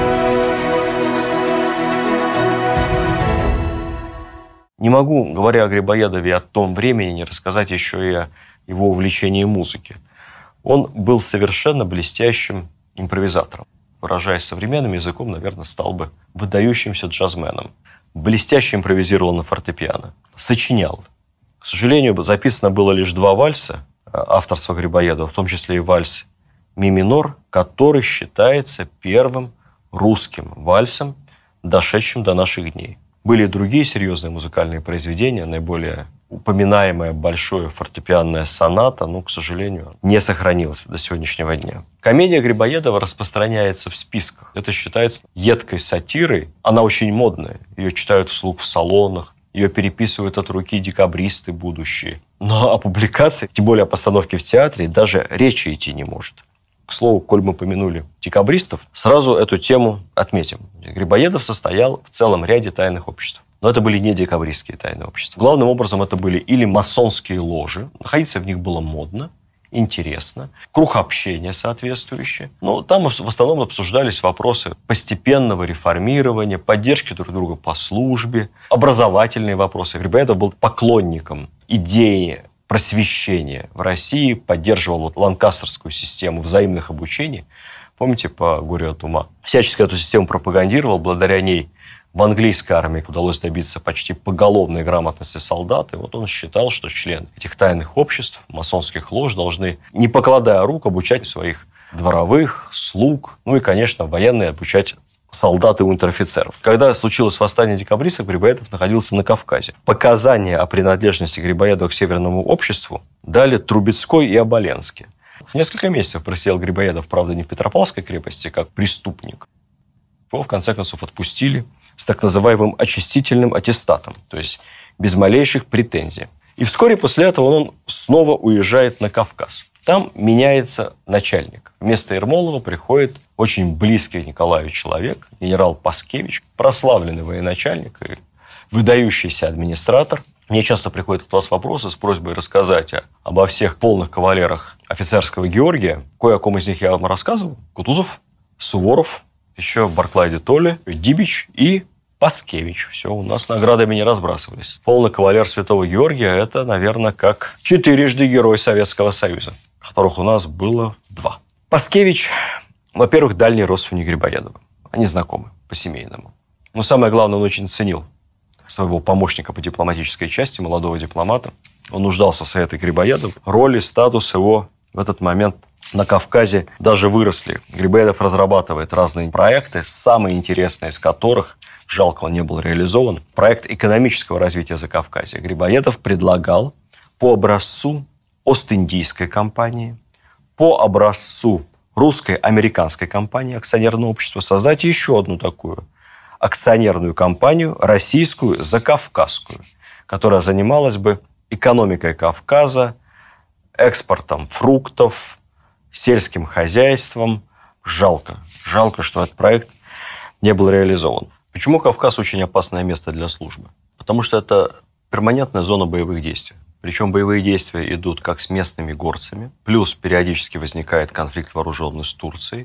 Не могу, говоря о Грибоедове, о том времени, не рассказать еще и о его увлечении музыки. Он был совершенно блестящим импровизатором. Выражаясь современным языком, наверное, стал бы выдающимся джазменом. Блестяще импровизировал на фортепиано. Сочинял. К сожалению, записано было лишь два вальса авторства Грибоедова, в том числе и вальс «Ми минор», который считается первым русским вальсом, дошедшим до наших дней. Были и другие серьезные музыкальные произведения, наиболее упоминаемая большая фортепианная соната, но, к сожалению, не сохранилась до сегодняшнего дня. Комедия Грибоедова распространяется в списках. Это считается едкой сатирой. Она очень модная. Ее читают вслух в салонах, ее переписывают от руки декабристы будущие. Но о публикации, тем более о постановке в театре, даже речи идти не может. К слову, коль мы помянули декабристов, сразу эту тему отметим. Грибоедов состоял в целом ряде тайных обществ. Но это были не декабристские тайные общества. Главным образом это были или масонские ложи. Находиться в них было модно, интересно. Круг общения соответствующий. Но там в основном обсуждались вопросы постепенного реформирования, поддержки друг друга по службе, образовательные вопросы. Грибоедов был поклонником идеи просвещения в России, поддерживал вот ланкастерскую систему взаимных обучений. Помните, по «Горю от ума»? Всячески эту систему пропагандировал, благодаря ней в английской армии удалось добиться почти поголовной грамотности солдат. И вот он считал, что члены этих тайных обществ, масонских лож, должны, не покладая рук, обучать своих дворовых, слуг, ну и, конечно, военные обучать солдат и унтер-офицеров. Когда случилось восстание декабристов, Грибоедов находился на Кавказе. Показания о принадлежности Грибоедова к Северному обществу дали Трубецкой и Оболенский. Несколько месяцев просидел Грибоедов, правда, не в Петропавловской крепости, как преступник. Его, в конце концов, отпустили с так называемым очистительным аттестатом, то есть без малейших претензий. И вскоре после этого он снова уезжает на Кавказ. Там меняется начальник. Вместо Ермолова приходит очень близкий Николаю человек, генерал Паскевич, прославленный военачальник и выдающийся администратор. Мне часто приходят от вас вопросы с просьбой рассказать обо всех полных кавалерах офицерского Георгия. Кое о ком из них я вам рассказывал. Кутузов, Суворов, еще Барклай де Толли, Дибич и Паскевич. Все, у нас наградами не разбрасывались. Полный кавалер Святого Георгия – это, наверное, как четырежды герой Советского Союза, которых у нас было два. Паскевич, во-первых, дальний родственник Грибоедова. Они знакомы по-семейному. Но самое главное, он очень ценил своего помощника по дипломатической части, молодого дипломата. Он нуждался в совете Грибоедова. Роль и статус его в этот момент на Кавказе даже выросли. Грибоедов разрабатывает разные проекты, самые интересные из которых, жалко, он не был реализован, проект экономического развития Закавказья. Грибоедов предлагал по образцу Ост-Индийской компании, по образцу русско-американской компании акционерного общества создать еще одну такую акционерную компанию, российскую, закавказскую, которая занималась бы экономикой Кавказа, экспортом фруктов, сельским хозяйством. Жалко. Жалко, что этот проект не был реализован. Почему Кавказ очень опасное место для службы? Потому что это перманентная зона боевых действий. Причем боевые действия идут как с местными горцами, плюс периодически возникает конфликт вооруженный с Турцией.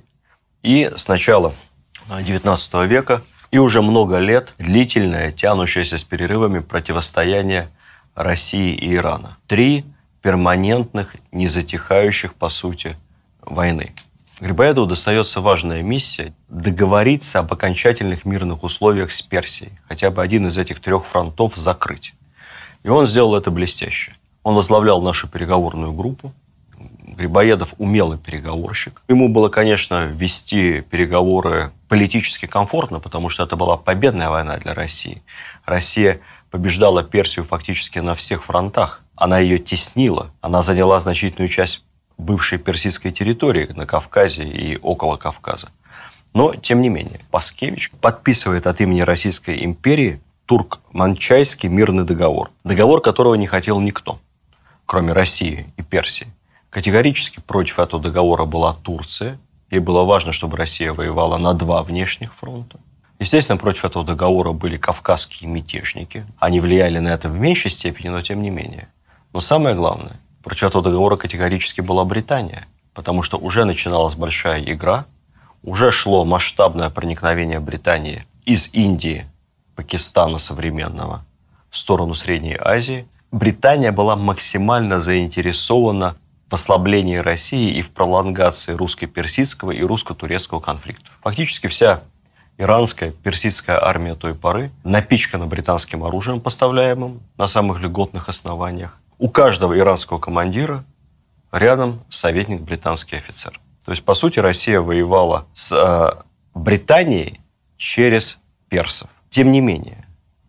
И с начала девятнадцатого века и уже много лет длительное, тянущееся с перерывами противостояние России и Ирана. Три перманентных, незатихающих, по сути, войны. Грибоедову достается важная миссия договориться об окончательных мирных условиях с Персией. Хотя бы один из этих трех фронтов закрыть. И он сделал это блестяще. Он возглавлял нашу переговорную группу. Грибоедов умелый переговорщик. Ему было, конечно, вести переговоры политически комфортно, потому что это была победная война для России. Россия побеждала Персию фактически на всех фронтах. Она ее теснила. Она заняла значительную часть бывшей персидской территории на Кавказе и около Кавказа. Но, тем не менее, Паскевич подписывает от имени Российской империи Туркманчайский мирный договор. Договор, которого не хотел никто, кроме России и Персии. Категорически против этого договора была Турция. Ей было важно, чтобы Россия воевала на два внешних фронта. Естественно, против этого договора были кавказские мятежники. Они влияли на это в меньшей степени, но тем не менее. Но самое главное, против этого договора категорически была Британия, потому что уже начиналась большая игра, уже шло масштабное проникновение Британии из Индии, Пакистана современного в сторону Средней Азии. Британия была максимально заинтересована в ослаблении России и в пролонгации русско-персидского и русско-турецкого конфликтов. Фактически вся иранская, персидская армия той поры напичкана британским оружием, поставляемым на самых льготных основаниях. У каждого иранского командира рядом советник британский офицер. То есть, по сути, Россия воевала с э, Британией через персов. Тем не менее,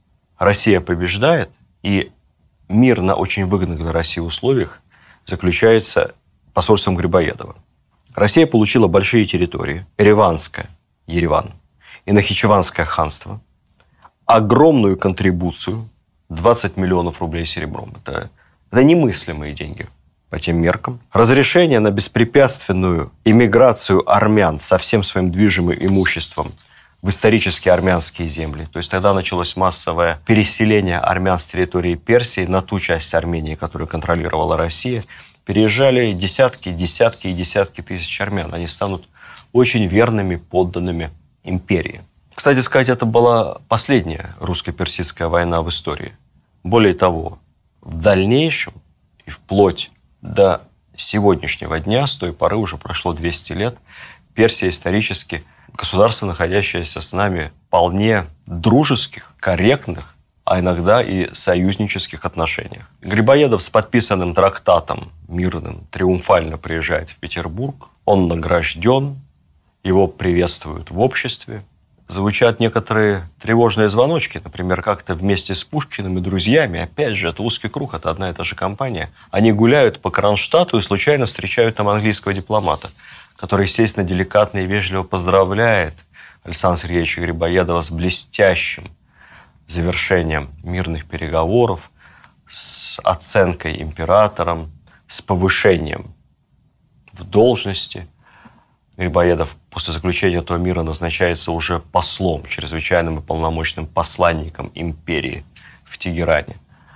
Россия побеждает, и мир на очень выгодных для России условиях заключается посольством Грибоедова. Россия получила большие территории. Ереванское, Ереван, и Нахичеванское ханство. Огромную контрибуцию, двадцать миллионов рублей серебром. Это, это немыслимые деньги по тем меркам. Разрешение на беспрепятственную иммиграцию армян со всем своим движимым имуществом в исторические армянские земли. То есть тогда началось массовое переселение армян с территории Персии на ту часть Армении, которую контролировала Россия. Переезжали десятки, десятки и десятки тысяч армян. Они станут очень верными подданными империи. Кстати сказать, это была последняя русско-персидская война в истории. Более того, в дальнейшем и вплоть до сегодняшнего дня, с той поры уже прошло двести лет, Персия исторически государство, находящееся с нами в вполне дружеских, корректных, а иногда и союзнических отношениях. Грибоедов с подписанным трактатом мирным триумфально приезжает в Петербург. Он награжден, его приветствуют в обществе. Звучат некоторые тревожные звоночки, например, как-то вместе с Пушкиным и друзьями, опять же, это узкий круг, это одна и та же компания. Они гуляют по Кронштадту и случайно встречают там английского дипломата, который, естественно, деликатно и вежливо поздравляет Александра Сергеевича Грибоедова с блестящим завершением мирных переговоров, с оценкой императором, с повышением в должности. Грибоедов после заключения этого мира назначается уже послом, чрезвычайным и полномочным посланником империи в Тегеране.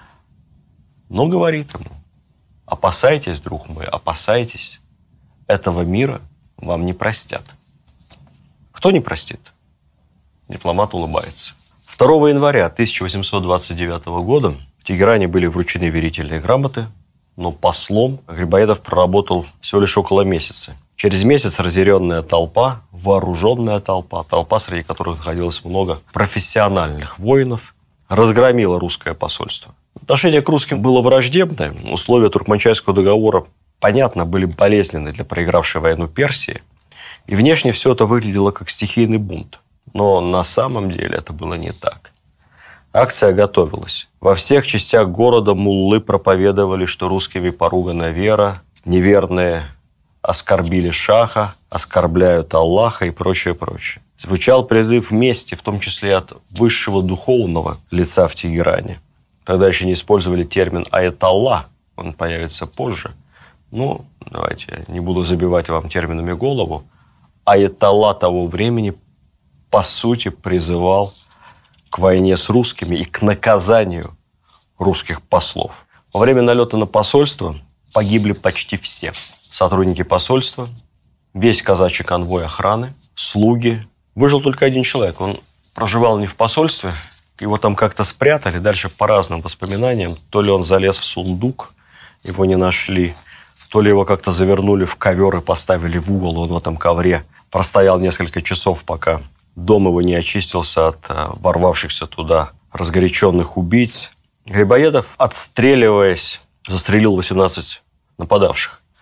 Но говорит ему: опасайтесь, друг мой, опасайтесь, этого мира вам не простят. Кто не простит? Дипломат улыбается. второго января тысяча восемьсот двадцать девятого года в Тегеране были вручены верительные грамоты, но послом Грибоедов проработал всего лишь около месяца. Через месяц разъяренная толпа, вооруженная толпа, толпа, среди которых находилось много профессиональных воинов, разгромила русское посольство. Отношение к русским было враждебное. Условия Туркманчайского договора, понятно, были болезненны для проигравшей войну Персии. И внешне все это выглядело как стихийный бунт. Но на самом деле это было не так. Акция готовилась. Во всех частях города муллы проповедовали, что русскими поругана вера, неверные оскорбили шаха, оскорбляют Аллаха и прочее, прочее. Звучал призыв мести, в том числе от высшего духовного лица в Тегеране. Тогда еще не использовали термин «аяталлах», он появится позже. Ну, давайте, не буду забивать вам терминами голову. Аятолла того времени, по сути, призывал к войне с русскими и к наказанию русских послов. Во время налета на посольство погибли почти все сотрудники посольства, весь казачий конвой охраны, слуги. Выжил только один человек. Он проживал не в посольстве, его там как-то спрятали. Дальше по разным воспоминаниям. То ли он залез в сундук, его не нашли, то ли его как-то завернули в ковер и поставили в угол. Он в этом ковре простоял несколько часов, пока дом его не очистился от ворвавшихся туда разгоряченных убийц. Грибоедов, отстреливаясь, застрелил восемнадцать нападавших.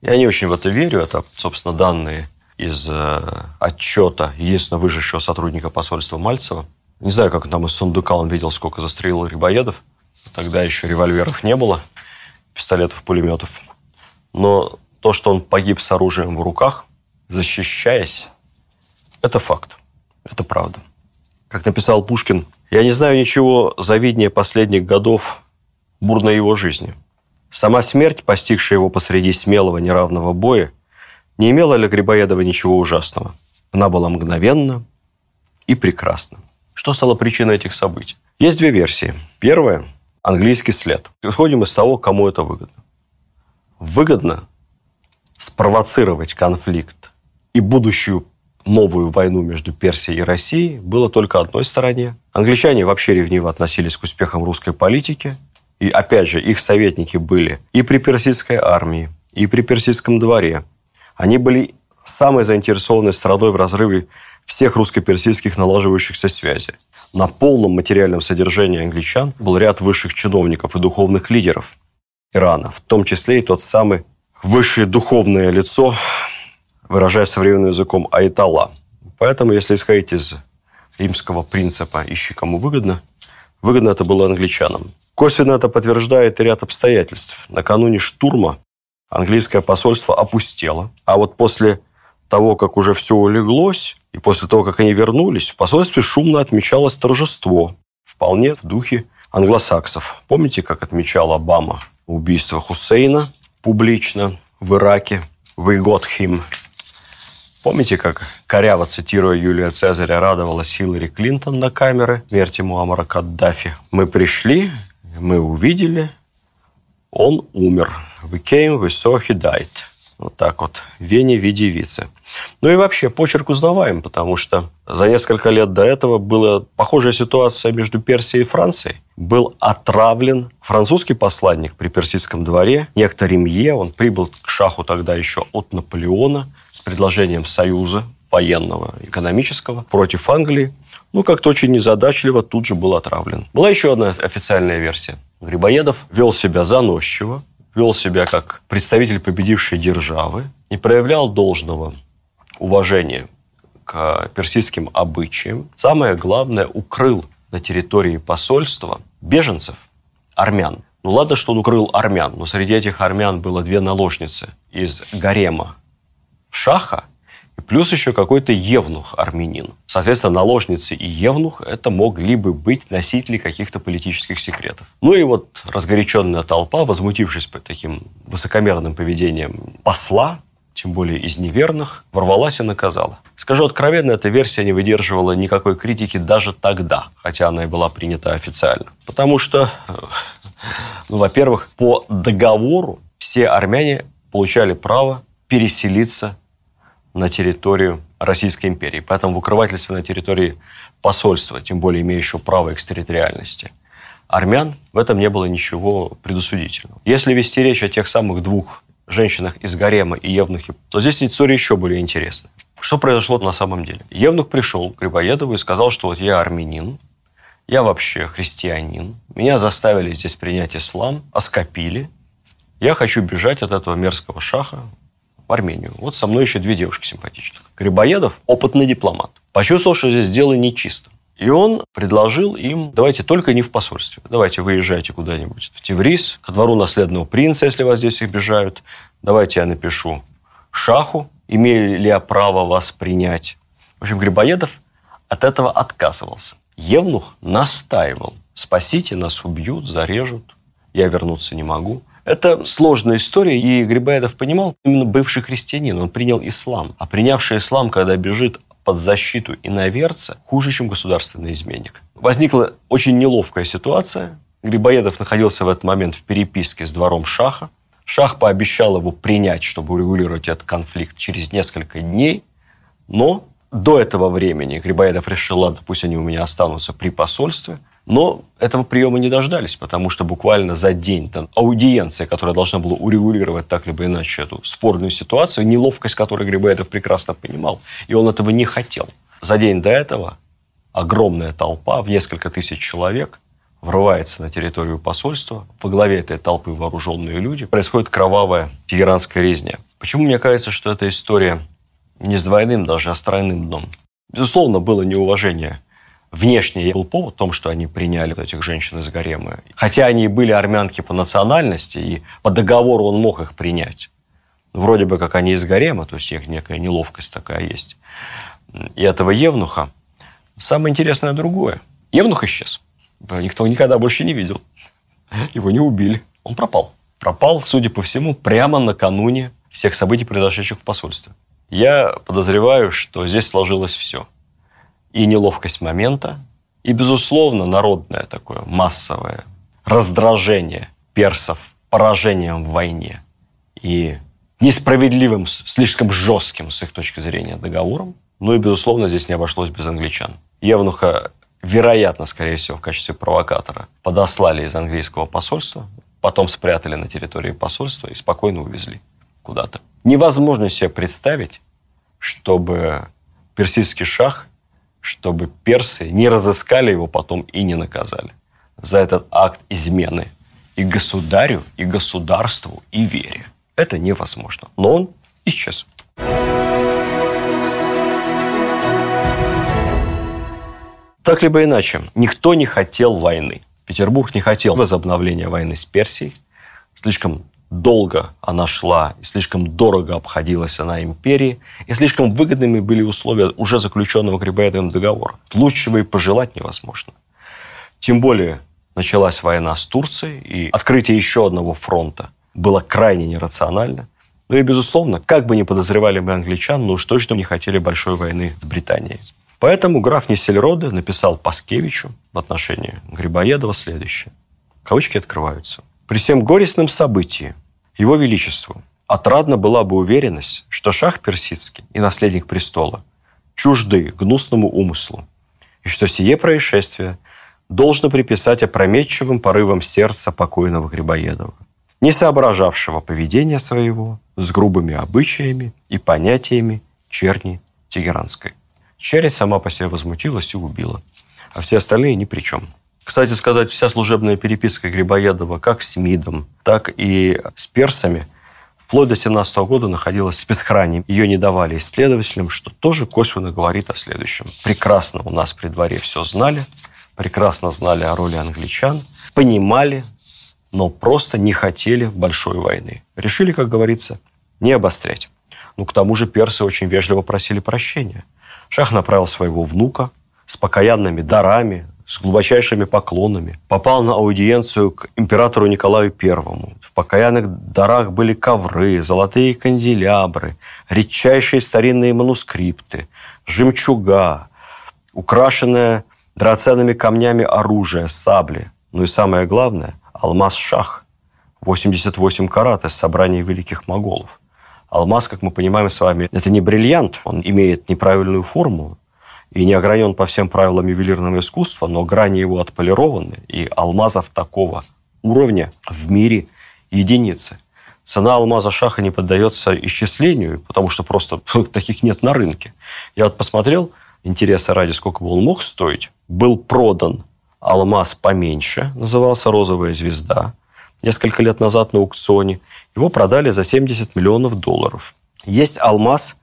Я не очень в это верю. Это, собственно, данные из э, отчета единственного выжившего сотрудника посольства Мальцева. Не знаю, как там из сундука он видел, сколько застрелил Грибоедов. Тогда еще револьверов не было, пистолетов, пулеметов. Но то, что он погиб с оружием в руках, защищаясь, это факт. Это правда. Как написал Пушкин, я не знаю ничего завиднее последних годов бурной его жизни. Сама смерть, постигшая его посреди смелого неравного боя, не имела для Грибоедова ничего ужасного. Она была мгновенна и прекрасна. Что стало причиной этих событий? Есть две версии. Первая – английский след. Исходим из того, кому это выгодно. Выгодно спровоцировать конфликт и будущую новую войну между Персией и Россией было только одной стороне. Англичане вообще ревниво относились к успехам русской политики. И, опять же, их советники были и при персидской армии, и при персидском дворе. Они были самой заинтересованной страной в разрыве всех русско-персидских налаживающихся связей. На полном материальном содержании англичан был ряд высших чиновников и духовных лидеров Ирана, в том числе и тот самый высшее духовное лицо, выражая современным языком, аятолла. Поэтому, если исходить из римского принципа «ищи кому выгодно», выгодно это было англичанам. Косвенно это подтверждает и ряд обстоятельств. Накануне штурма английское посольство опустело, а вот после того, как уже все улеглось, и после того, как они вернулись, в посольстве шумно отмечалось торжество, вполне в духе англосаксов. Помните, как отмечал Обама убийство Хусейна публично в Ираке? «We got him». Помните, как, коряво цитируя Юлия Цезаря, радовалась Хиллари Клинтон на камеры смерти Муаммара Каддафи? «Мы пришли, мы увидели, он умер. We came, we saw, he died». Вот так вот. Вене види вице. Ну и вообще, почерк узнаваем, потому что за несколько лет до этого была похожая ситуация между Персией и Францией. Был отравлен французский посланник при персидском дворе, некто Ремье. Он прибыл к шаху тогда еще от Наполеона с предложением союза военного, экономического против Англии. Ну, как-то очень незадачливо тут же был отравлен. Была еще одна официальная версия. Грибоедов вел себя заносчиво, вел себя как представитель победившей державы, не проявлял должного уважения к персидским обычаям. Самое главное, укрыл на территории посольства беженцев, армян. Ну ладно, что он укрыл армян, но среди этих армян было две наложницы из гарема шаха, и плюс еще какой-то евнух-армянин. Соответственно, наложницы и евнух – это могли бы быть носители каких-то политических секретов. Ну и вот разгоряченная толпа, возмутившись по таким высокомерным поведением посла, тем более из неверных, ворвалась и наказала. Скажу откровенно, эта версия не выдерживала никакой критики даже тогда, хотя она и была принята официально. Потому что, ну, во-первых, по договору все армяне получали право переселиться на территорию Российской империи. Поэтому в укрывательстве на территории посольства, тем более имеющего право экстерриториальности, армян в этом не было ничего предосудительного. Если вести речь о тех самых двух женщинах из гарема и евнухе, то здесь история еще более интересная. Что произошло на самом деле? Евнух пришел к Грибоедову и сказал, что вот я армянин, я вообще христианин, меня заставили здесь принять ислам, оскопили, я хочу бежать от этого мерзкого шаха в Армению. Вот со мной еще две девушки симпатичных. Грибоедов, опытный дипломат, почувствовал, что здесь дело нечисто. И он предложил им, давайте только не в посольстве, давайте выезжайте куда-нибудь в Теврис, ко двору наследного принца, если вас здесь обижают. Давайте я напишу шаху, имею ли я право вас принять. В общем, Грибоедов от этого отказывался. Евнух настаивал. Спасите, нас убьют, зарежут, я вернуться не могу. Это сложная история, и Грибоедов понимал, именно бывший христианин, он принял ислам. А принявший ислам, когда бежит под защиту иноверца, хуже, чем государственный изменник. Возникла очень неловкая ситуация. Грибоедов находился в этот момент в переписке с двором шаха. Шах пообещал его принять, чтобы урегулировать этот конфликт через несколько дней. Но до этого времени Грибоедов решил, ладно, пусть они у меня останутся при посольстве. Но этого приема не дождались, потому что буквально за день там, аудиенция, которая должна была урегулировать так либо иначе эту спорную ситуацию, неловкость которой Грибоедов прекрасно понимал, и он этого не хотел. За день до этого огромная толпа в несколько тысяч человек врывается на территорию посольства. Во главе этой толпы вооруженные люди. Происходит кровавая тегеранская резня. Почему мне кажется, что эта история не с двойным, даже а с тройным дном? Безусловно, было неуважение. Внешне был повод в том, что они приняли этих женщин из гарема. Хотя они и были армянки по национальности, и по договору он мог их принять. Вроде бы как они из гарема, то есть у них некая неловкость такая есть. И этого евнуха. Самое интересное другое. Евнух исчез. Никто никогда больше не видел. Его не убили. Он пропал. Пропал, судя по всему, прямо накануне всех событий, произошедших в посольстве. Я подозреваю, что здесь сложилось все. И неловкость момента, и, безусловно, народное такое массовое раздражение персов поражением в войне и несправедливым, слишком жестким с их точки зрения договором. Ну и, безусловно, здесь не обошлось без англичан. Евнуха, вероятно, скорее всего, в качестве провокатора подослали из английского посольства, потом спрятали на территории посольства и спокойно увезли куда-то. Невозможно себе представить, чтобы персидский шах, чтобы персы не разыскали его потом и не наказали за этот акт измены и государю, и государству, и вере. Это невозможно. Но он исчез. Так либо иначе, никто не хотел войны. Петербург не хотел возобновления войны с Персией. Слишком долго она шла, и слишком дорого обходилась она империи, и слишком выгодными были условия уже заключенного Грибоедовым договора. Лучшего и пожелать невозможно. Тем более началась война с Турцией, и открытие еще одного фронта было крайне нерационально. Ну и, безусловно, как бы ни подозревали мы англичан, но уж точно не хотели большой войны с Британией. Поэтому граф Нессельроде написал Паскевичу в отношении Грибоедова следующее. Кавычки открываются. «При всем горестном событии Его Величеству отрадна была бы уверенность, что шах персидский и наследник престола чужды гнусному умыслу, и что сие происшествие должно приписать опрометчивым порывам сердца покойного Грибоедова, не соображавшего поведения своего с грубыми обычаями и понятиями черни тегеранской». Чернь сама по себе возмутилась и убила, а все остальные ни при чем. Кстати сказать, вся служебная переписка Грибоедова как с МИДом, так и с персами вплоть до семнадцатого года находилась в спецхране. Ее не давали исследователям, что тоже косвенно говорит о следующем. Прекрасно у нас при дворе все знали, прекрасно знали о роли англичан, понимали, но просто не хотели большой войны. Решили, как говорится, не обострять. Ну, к тому же персы очень вежливо просили прощения. Шах направил своего внука с покаянными дарами, с глубочайшими поклонами. Попал на аудиенцию к императору Николаю Первому. В покаянных дарах были ковры, золотые канделябры, редчайшие старинные манускрипты, жемчуга, украшенное драгоценными камнями оружие, сабли. Ну и самое главное – алмаз-шах. восемьдесят восемь карат из собрания великих моголов. Алмаз, как мы понимаем с вами, это не бриллиант. Он имеет неправильную форму и не огранен по всем правилам ювелирного искусства, но грани его отполированы, и алмазов такого уровня в мире единицы. Цена алмаза шаха не поддается исчислению, потому что просто таких нет на рынке. Я вот посмотрел, интереса ради, сколько бы он мог стоить. Был продан алмаз поменьше, назывался «Розовая звезда», несколько лет назад на аукционе. Его продали за семьдесят миллионов долларов. Есть алмаз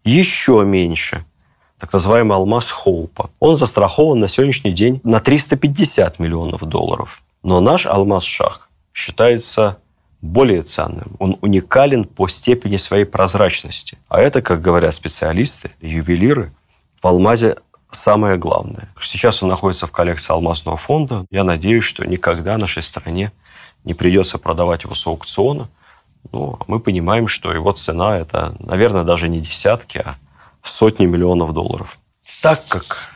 еще меньше, так называемый алмаз Хоупа. Он застрахован на сегодняшний день на триста пятьдесят миллионов долларов. Но наш алмаз-шах считается более ценным. Он уникален по степени своей прозрачности. А это, как говорят специалисты, ювелиры, в алмазе самое главное. Сейчас он находится в коллекции алмазного фонда. Я надеюсь, что никогда нашей стране не придется продавать его с аукциона. Ну, мы понимаем, что его цена – это, наверное, даже не десятки, а сотни миллионов долларов. Так как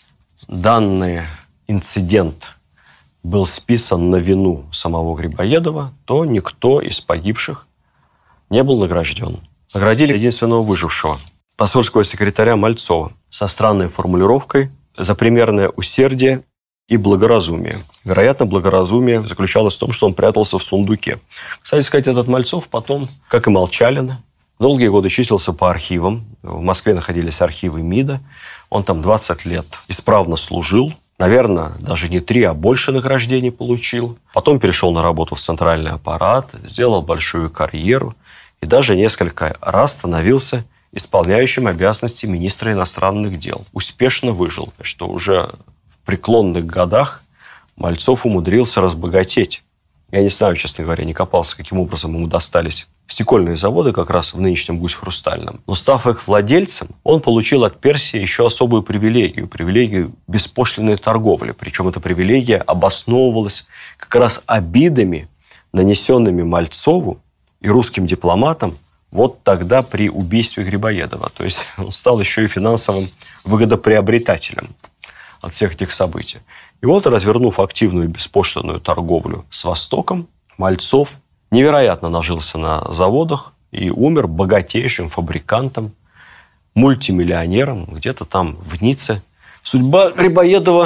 данный инцидент был списан на вину самого Грибоедова, то никто из погибших не был награжден. Наградили единственного выжившего, посольского секретаря Мальцова, со странной формулировкой «за примерное усердие и благоразумие». Вероятно, благоразумие заключалось в том, что он прятался в сундуке. Кстати сказать, этот Мальцов потом, как и Молчалин, долгие годы числился по архивам. В Москве находились архивы МИДа. Он там двадцать лет исправно служил. Наверное, даже не три, а больше награждений получил. Потом перешел на работу в центральный аппарат, сделал большую карьеру и даже несколько раз становился исполняющим обязанности министра иностранных дел. Успешно выжил, что уже в преклонных годах Мальцов умудрился разбогатеть. Я не знаю, честно говоря, не копался, каким образом ему достались стекольные заводы как раз в нынешнем Гусь-Хрустальном. Но став их владельцем, он получил от Персии еще особую привилегию, привилегию беспошлинной торговли. Причем эта привилегия обосновывалась как раз обидами, нанесенными Мальцову и русским дипломатам вот тогда при убийстве Грибоедова. То есть он стал еще и финансовым выгодоприобретателем от всех этих событий. И вот, развернув активную беспошлинную торговлю с Востоком, Мальцов невероятно нажился на заводах и умер богатейшим фабрикантом, мультимиллионером, где-то там в Ницце. Судьба Грибоедова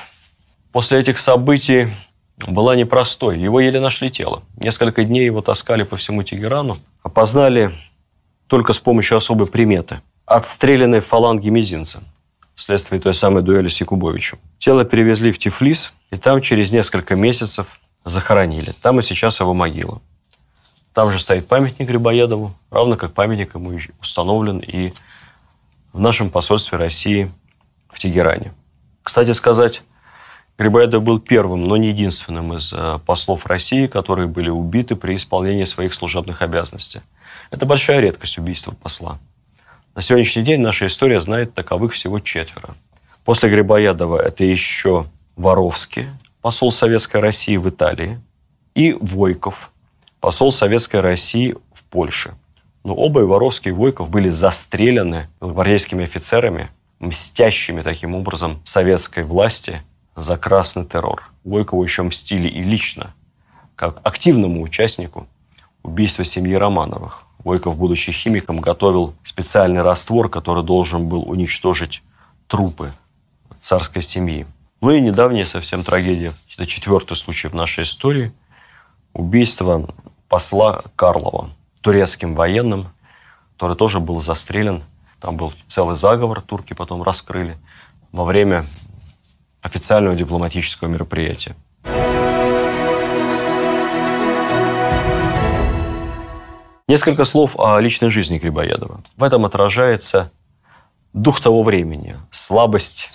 после этих событий была непростой. Его еле нашли тело. Несколько дней его таскали по всему Тегерану. Опознали только с помощью особой приметы. Отстрелянной фаланги мизинца. Вследствие той самой дуэли с Якубовичем. Тело перевезли в Тифлис, и там через несколько месяцев захоронили. Там и сейчас его могила. Там же стоит памятник Грибоедову, равно как памятник ему установлен и в нашем посольстве России в Тегеране. Кстати сказать, Грибоедов был первым, но не единственным из послов России, которые были убиты при исполнении своих служебных обязанностей. Это большая редкость убийства посла. На сегодняшний день наша история знает таковых всего четверо. После Грибоедова это еще Воровский, посол Советской России в Италии, и Войков, посол Советской России в Польше. Но оба, и Воровский, и Войков, были застрелены гвардейскими офицерами, мстящими таким образом советской власти за красный террор. Войкову еще мстили и лично, как активному участнику убийства семьи Романовых. Войков, будучи химиком, готовил специальный раствор, который должен был уничтожить трупы царской семьи. Ну и недавняя совсем трагедия. Это четвертый случай в нашей истории. Убийство посла Карлова турецким военным, который тоже был застрелен. Там был целый заговор, турки потом раскрыли во время официального дипломатического мероприятия. Несколько слов о личной жизни Грибоедова. В этом отражается дух того времени, слабость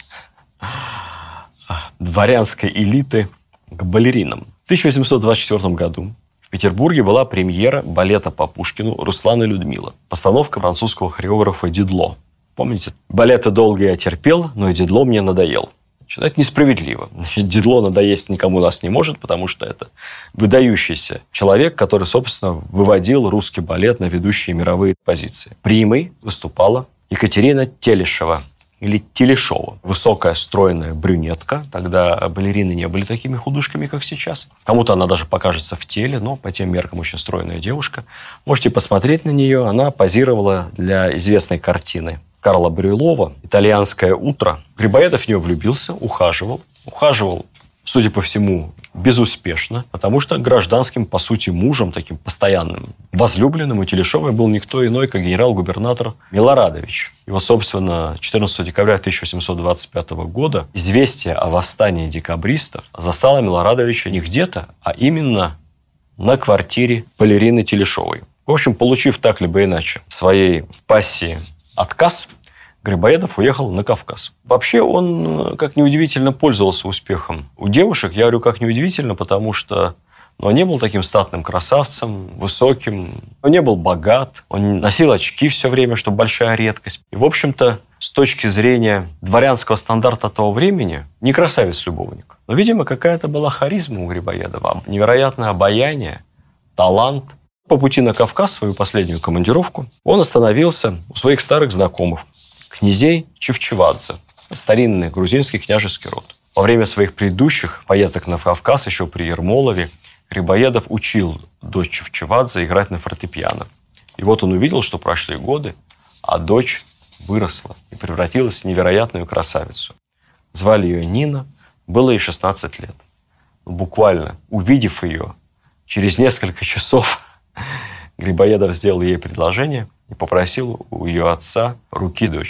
дворянской элиты к балеринам. В тысяча восемьсот двадцать четвёртом году в Петербурге была премьера балета по Пушкину «Руслан и Людмила». Постановка французского хореографа Дидло. Помните? Балеты долго я терпел, но и Дидло мне надоел. Значит, это несправедливо. Дидло надоесть никому нас не может, потому что это выдающийся человек, который, собственно, выводил русский балет на ведущие мировые позиции. Примой выступала Екатерина Телешева. Или Телешова. Высокая, стройная брюнетка. Тогда балерины не были такими худышками, как сейчас. Кому-то она даже покажется в теле, но по тем меркам очень стройная девушка. Можете посмотреть на нее. Она позировала для известной картины Карла Брюлова «Итальянское утро». Грибоедов в нее влюбился, ухаживал. Ухаживал, судя по всему, безуспешно, потому что гражданским, по сути, мужем, таким постоянным, возлюбленным у Телешовой был никто иной, как генерал-губернатор Милорадович. И вот, собственно, четырнадцатого декабря тысяча восемьсот двадцать пятого года известие о восстании декабристов застало Милорадовича не где-то, а именно на квартире балерины Телешовой. В общем, получив так либо иначе своей пассии отказ, Грибоедов уехал на Кавказ. Вообще он, как неудивительно, пользовался успехом у девушек. Я говорю, как неудивительно, потому что ну, он не был таким статным красавцем, высоким. Он не был богат. Он носил очки все время, что большая редкость. И, в общем-то, с точки зрения дворянского стандарта того времени, не красавец-любовник. Но, видимо, какая-то была харизма у Грибоедова. Невероятное обаяние, талант. По пути на Кавказ, свою последнюю командировку, он остановился у своих старых знакомых, князей Чевчевадзе, старинный грузинский княжеский род. Во время своих предыдущих поездок на Кавказ, еще при Ермолове, Грибоедов учил дочь Чевчевадзе играть на фортепиано. И вот он увидел, что прошли годы, а дочь выросла и превратилась в невероятную красавицу. Звали ее Нина, было ей шестнадцать лет. Буквально увидев ее, через несколько часов Грибоедов сделал ей предложение и попросил у ее отца руки дочери.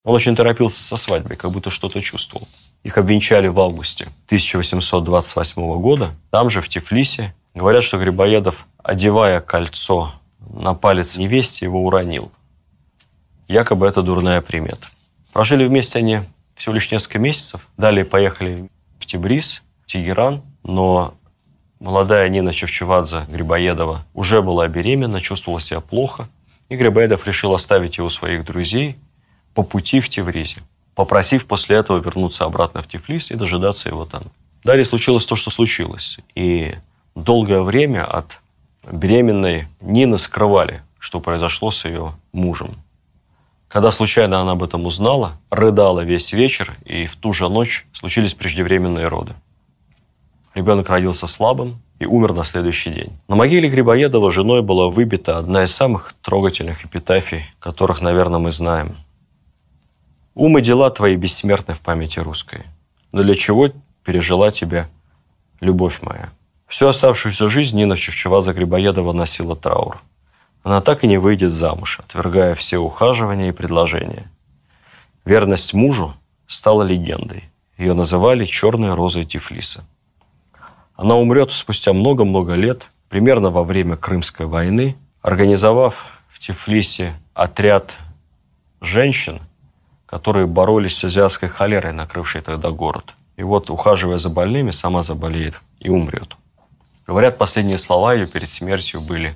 Он очень торопился со свадьбой, как будто что-то чувствовал. Их обвенчали в августе тысяча восемьсот двадцать восьмого года. Там же, в Тифлисе, говорят, что Грибоедов, одевая кольцо на палец невесте, его уронил. Якобы это дурная примета. Прожили вместе они всего лишь несколько месяцев. Далее поехали в Тебриз, в Тегеран. Но молодая Нина Чавчавадзе Грибоедова уже была беременна, чувствовала себя плохо. И Грибоедов решил оставить его у своих друзей по пути в Тевризе, попросив после этого вернуться обратно в Тифлис и дожидаться его там. Далее случилось то, что случилось. И долгое время от беременной Нины скрывали, что произошло с ее мужем. Когда случайно она об этом узнала, рыдала весь вечер, и в ту же ночь случились преждевременные роды. Ребенок родился слабым и умер на следующий день. На могиле Грибоедова женой была выбита одна из самых трогательных эпитафий, которых, наверное, мы знаем. «Ум и дела твои бессмертны в памяти русской. Но для чего пережила тебя любовь моя?» Всю оставшуюся жизнь Нина Чавчавадзе Грибоедова носила траур. Она так и не выйдет замуж, отвергая все ухаживания и предложения. Верность мужу стала легендой. Ее называли «черной розой Тифлиса». Она умрет спустя много-много лет, примерно во время Крымской войны, организовав в Тифлисе отряд женщин, которые боролись с азиатской холерой, накрывшей тогда город. И вот, ухаживая за больными, сама заболеет и умрет. Говорят, последние слова ее перед смертью были: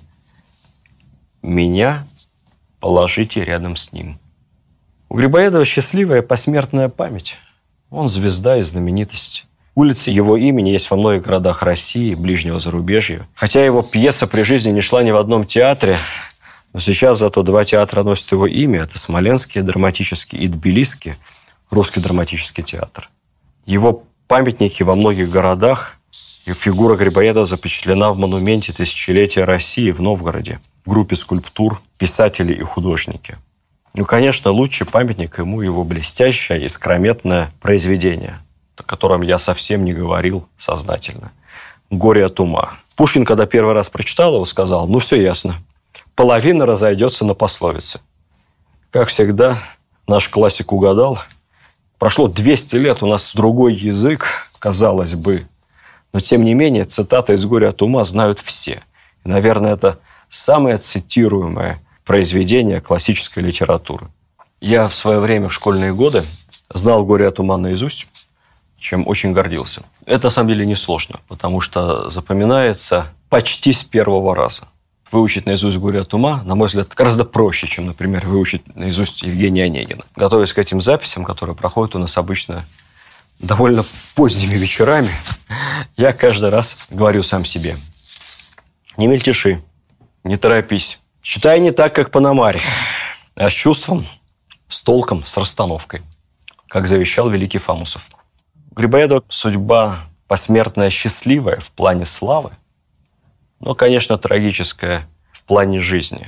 «Меня положите рядом с ним». У Грибоедова счастливая посмертная память. Он звезда и знаменитость. Улицы его имени есть во многих городах России, ближнего зарубежья. Хотя его пьеса при жизни не шла ни в одном театре, но сейчас зато два театра носят его имя. Это Смоленский драматический и Тбилисский русский драматический театр. Его памятники во многих городах, и фигура Грибоедова запечатлена в монументе тысячелетия России в Новгороде, в группе скульптур «Писатели и художники». Ну, конечно, лучший памятник ему его блестящее, искрометное произведение, о котором я совсем не говорил сознательно. «Горе от ума». Пушкин, когда первый раз прочитал его, сказал: ну, все ясно. Половина разойдется на пословицы. Как всегда, наш классик угадал. Прошло двести лет, у нас другой язык, казалось бы. Но, тем не менее, цитата из «Горя от ума» знают все. И, наверное, это самое цитируемое произведение классической литературы. Я в свое время, в школьные годы, знал «Горе от ума» наизусть, чем очень гордился. Это, на самом деле, несложно, потому что запоминается почти с первого раза. Выучить наизусть «Горе от ума», на мой взгляд, гораздо проще, чем, например, выучить наизусть Евгения Онегина. Готовясь к этим записям, которые проходят у нас обычно довольно поздними вечерами, я каждый раз говорю сам себе: не мельтеши, не торопись. Читай не так, как Пономарь, а с чувством, с толком, с расстановкой, как завещал великий Фамусов. У Грибоедова судьба посмертная счастливая в плане славы, но, конечно, трагическая в плане жизни.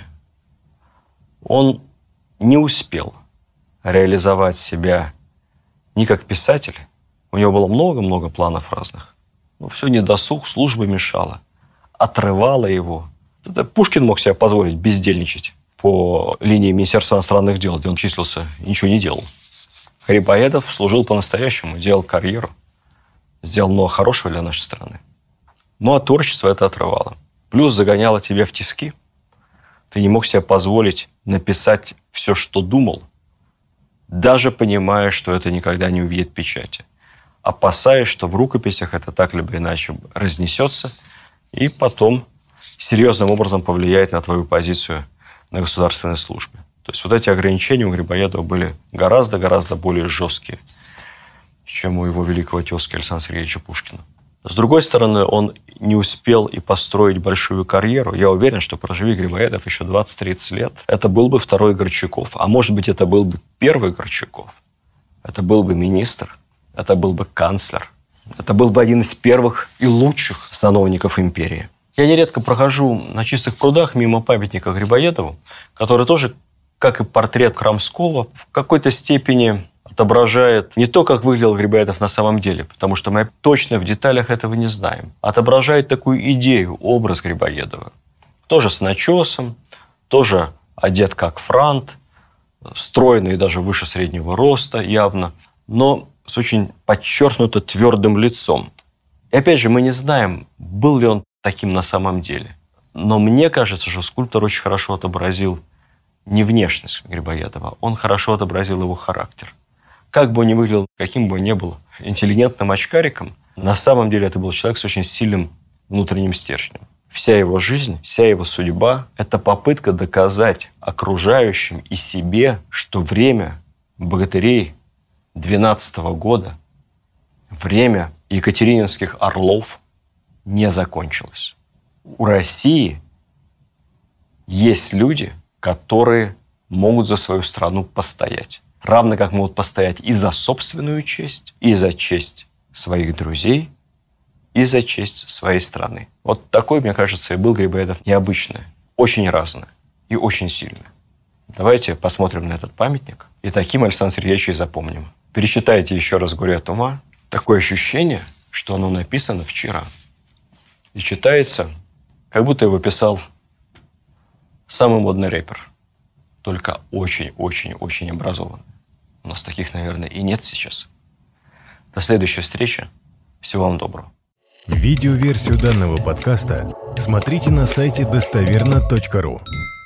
Он не успел реализовать себя ни как писатель. У него было много-много планов разных. Но все недосуг, служба мешала, отрывала его. Это Пушкин мог себе позволить бездельничать по линии Министерства иностранных дел, где он числился и ничего не делал. Грибоедов служил по-настоящему, делал карьеру, сделал много хорошего для нашей страны. Ну, а творчество это отрывало. Плюс загоняло тебя в тиски. Ты не мог себе позволить написать все, что думал, даже понимая, что это никогда не увидит печати. Опасаясь, что в рукописях это так либо иначе разнесется и потом серьезным образом повлияет на твою позицию на государственной службе. То есть вот эти ограничения у Грибоедова были гораздо-гораздо более жесткие, чем у его великого тезки Александра Сергеевича Пушкина. С другой стороны, он не успел и построить большую карьеру. Я уверен, что проживи Грибоедов еще двадцать-тридцать лет, это был бы второй Горчаков. А может быть, это был бы первый Горчаков. Это был бы министр, это был бы канцлер. Это был бы один из первых и лучших сановников империи. Я нередко прохожу на Чистых прудах мимо памятника Грибоедову, который тоже, как и портрет Крамского, в какой-то степени отображает не то, как выглядел Грибоедов на самом деле, потому что мы точно в деталях этого не знаем. Отображает такую идею, образ Грибоедова. Тоже с начесом, тоже одет как франт, стройный и даже выше среднего роста явно, но с очень подчеркнуто твердым лицом. И опять же, мы не знаем, был ли он таким на самом деле. Но мне кажется, что скульптор очень хорошо отобразил не внешность Грибоедова, он хорошо отобразил его характер. Как бы он ни выглядел, каким бы он ни был интеллигентным очкариком, на самом деле это был человек с очень сильным внутренним стержнем. Вся его жизнь, вся его судьба – это попытка доказать окружающим и себе, что время богатырей двенадцатого года, время екатерининских орлов не закончилось. У России есть люди, которые могут за свою страну постоять. Равно как могут постоять и за собственную честь, и за честь своих друзей, и за честь своей страны. Вот такой, мне кажется, и был Грибоедов необычный, очень разный и очень сильный. Давайте посмотрим на этот памятник и таким Александра Сергеевича и запомним. Перечитайте еще раз «Горе от ума». Такое ощущение, что оно написано вчера. И читается, как будто его писал самый модный рэпер. Только очень-очень-очень образованный. У нас таких, наверное, и нет сейчас. До следующей встречи. Всего вам доброго. Видеоверсию данного подкаста смотрите на сайте достоверно точка ру.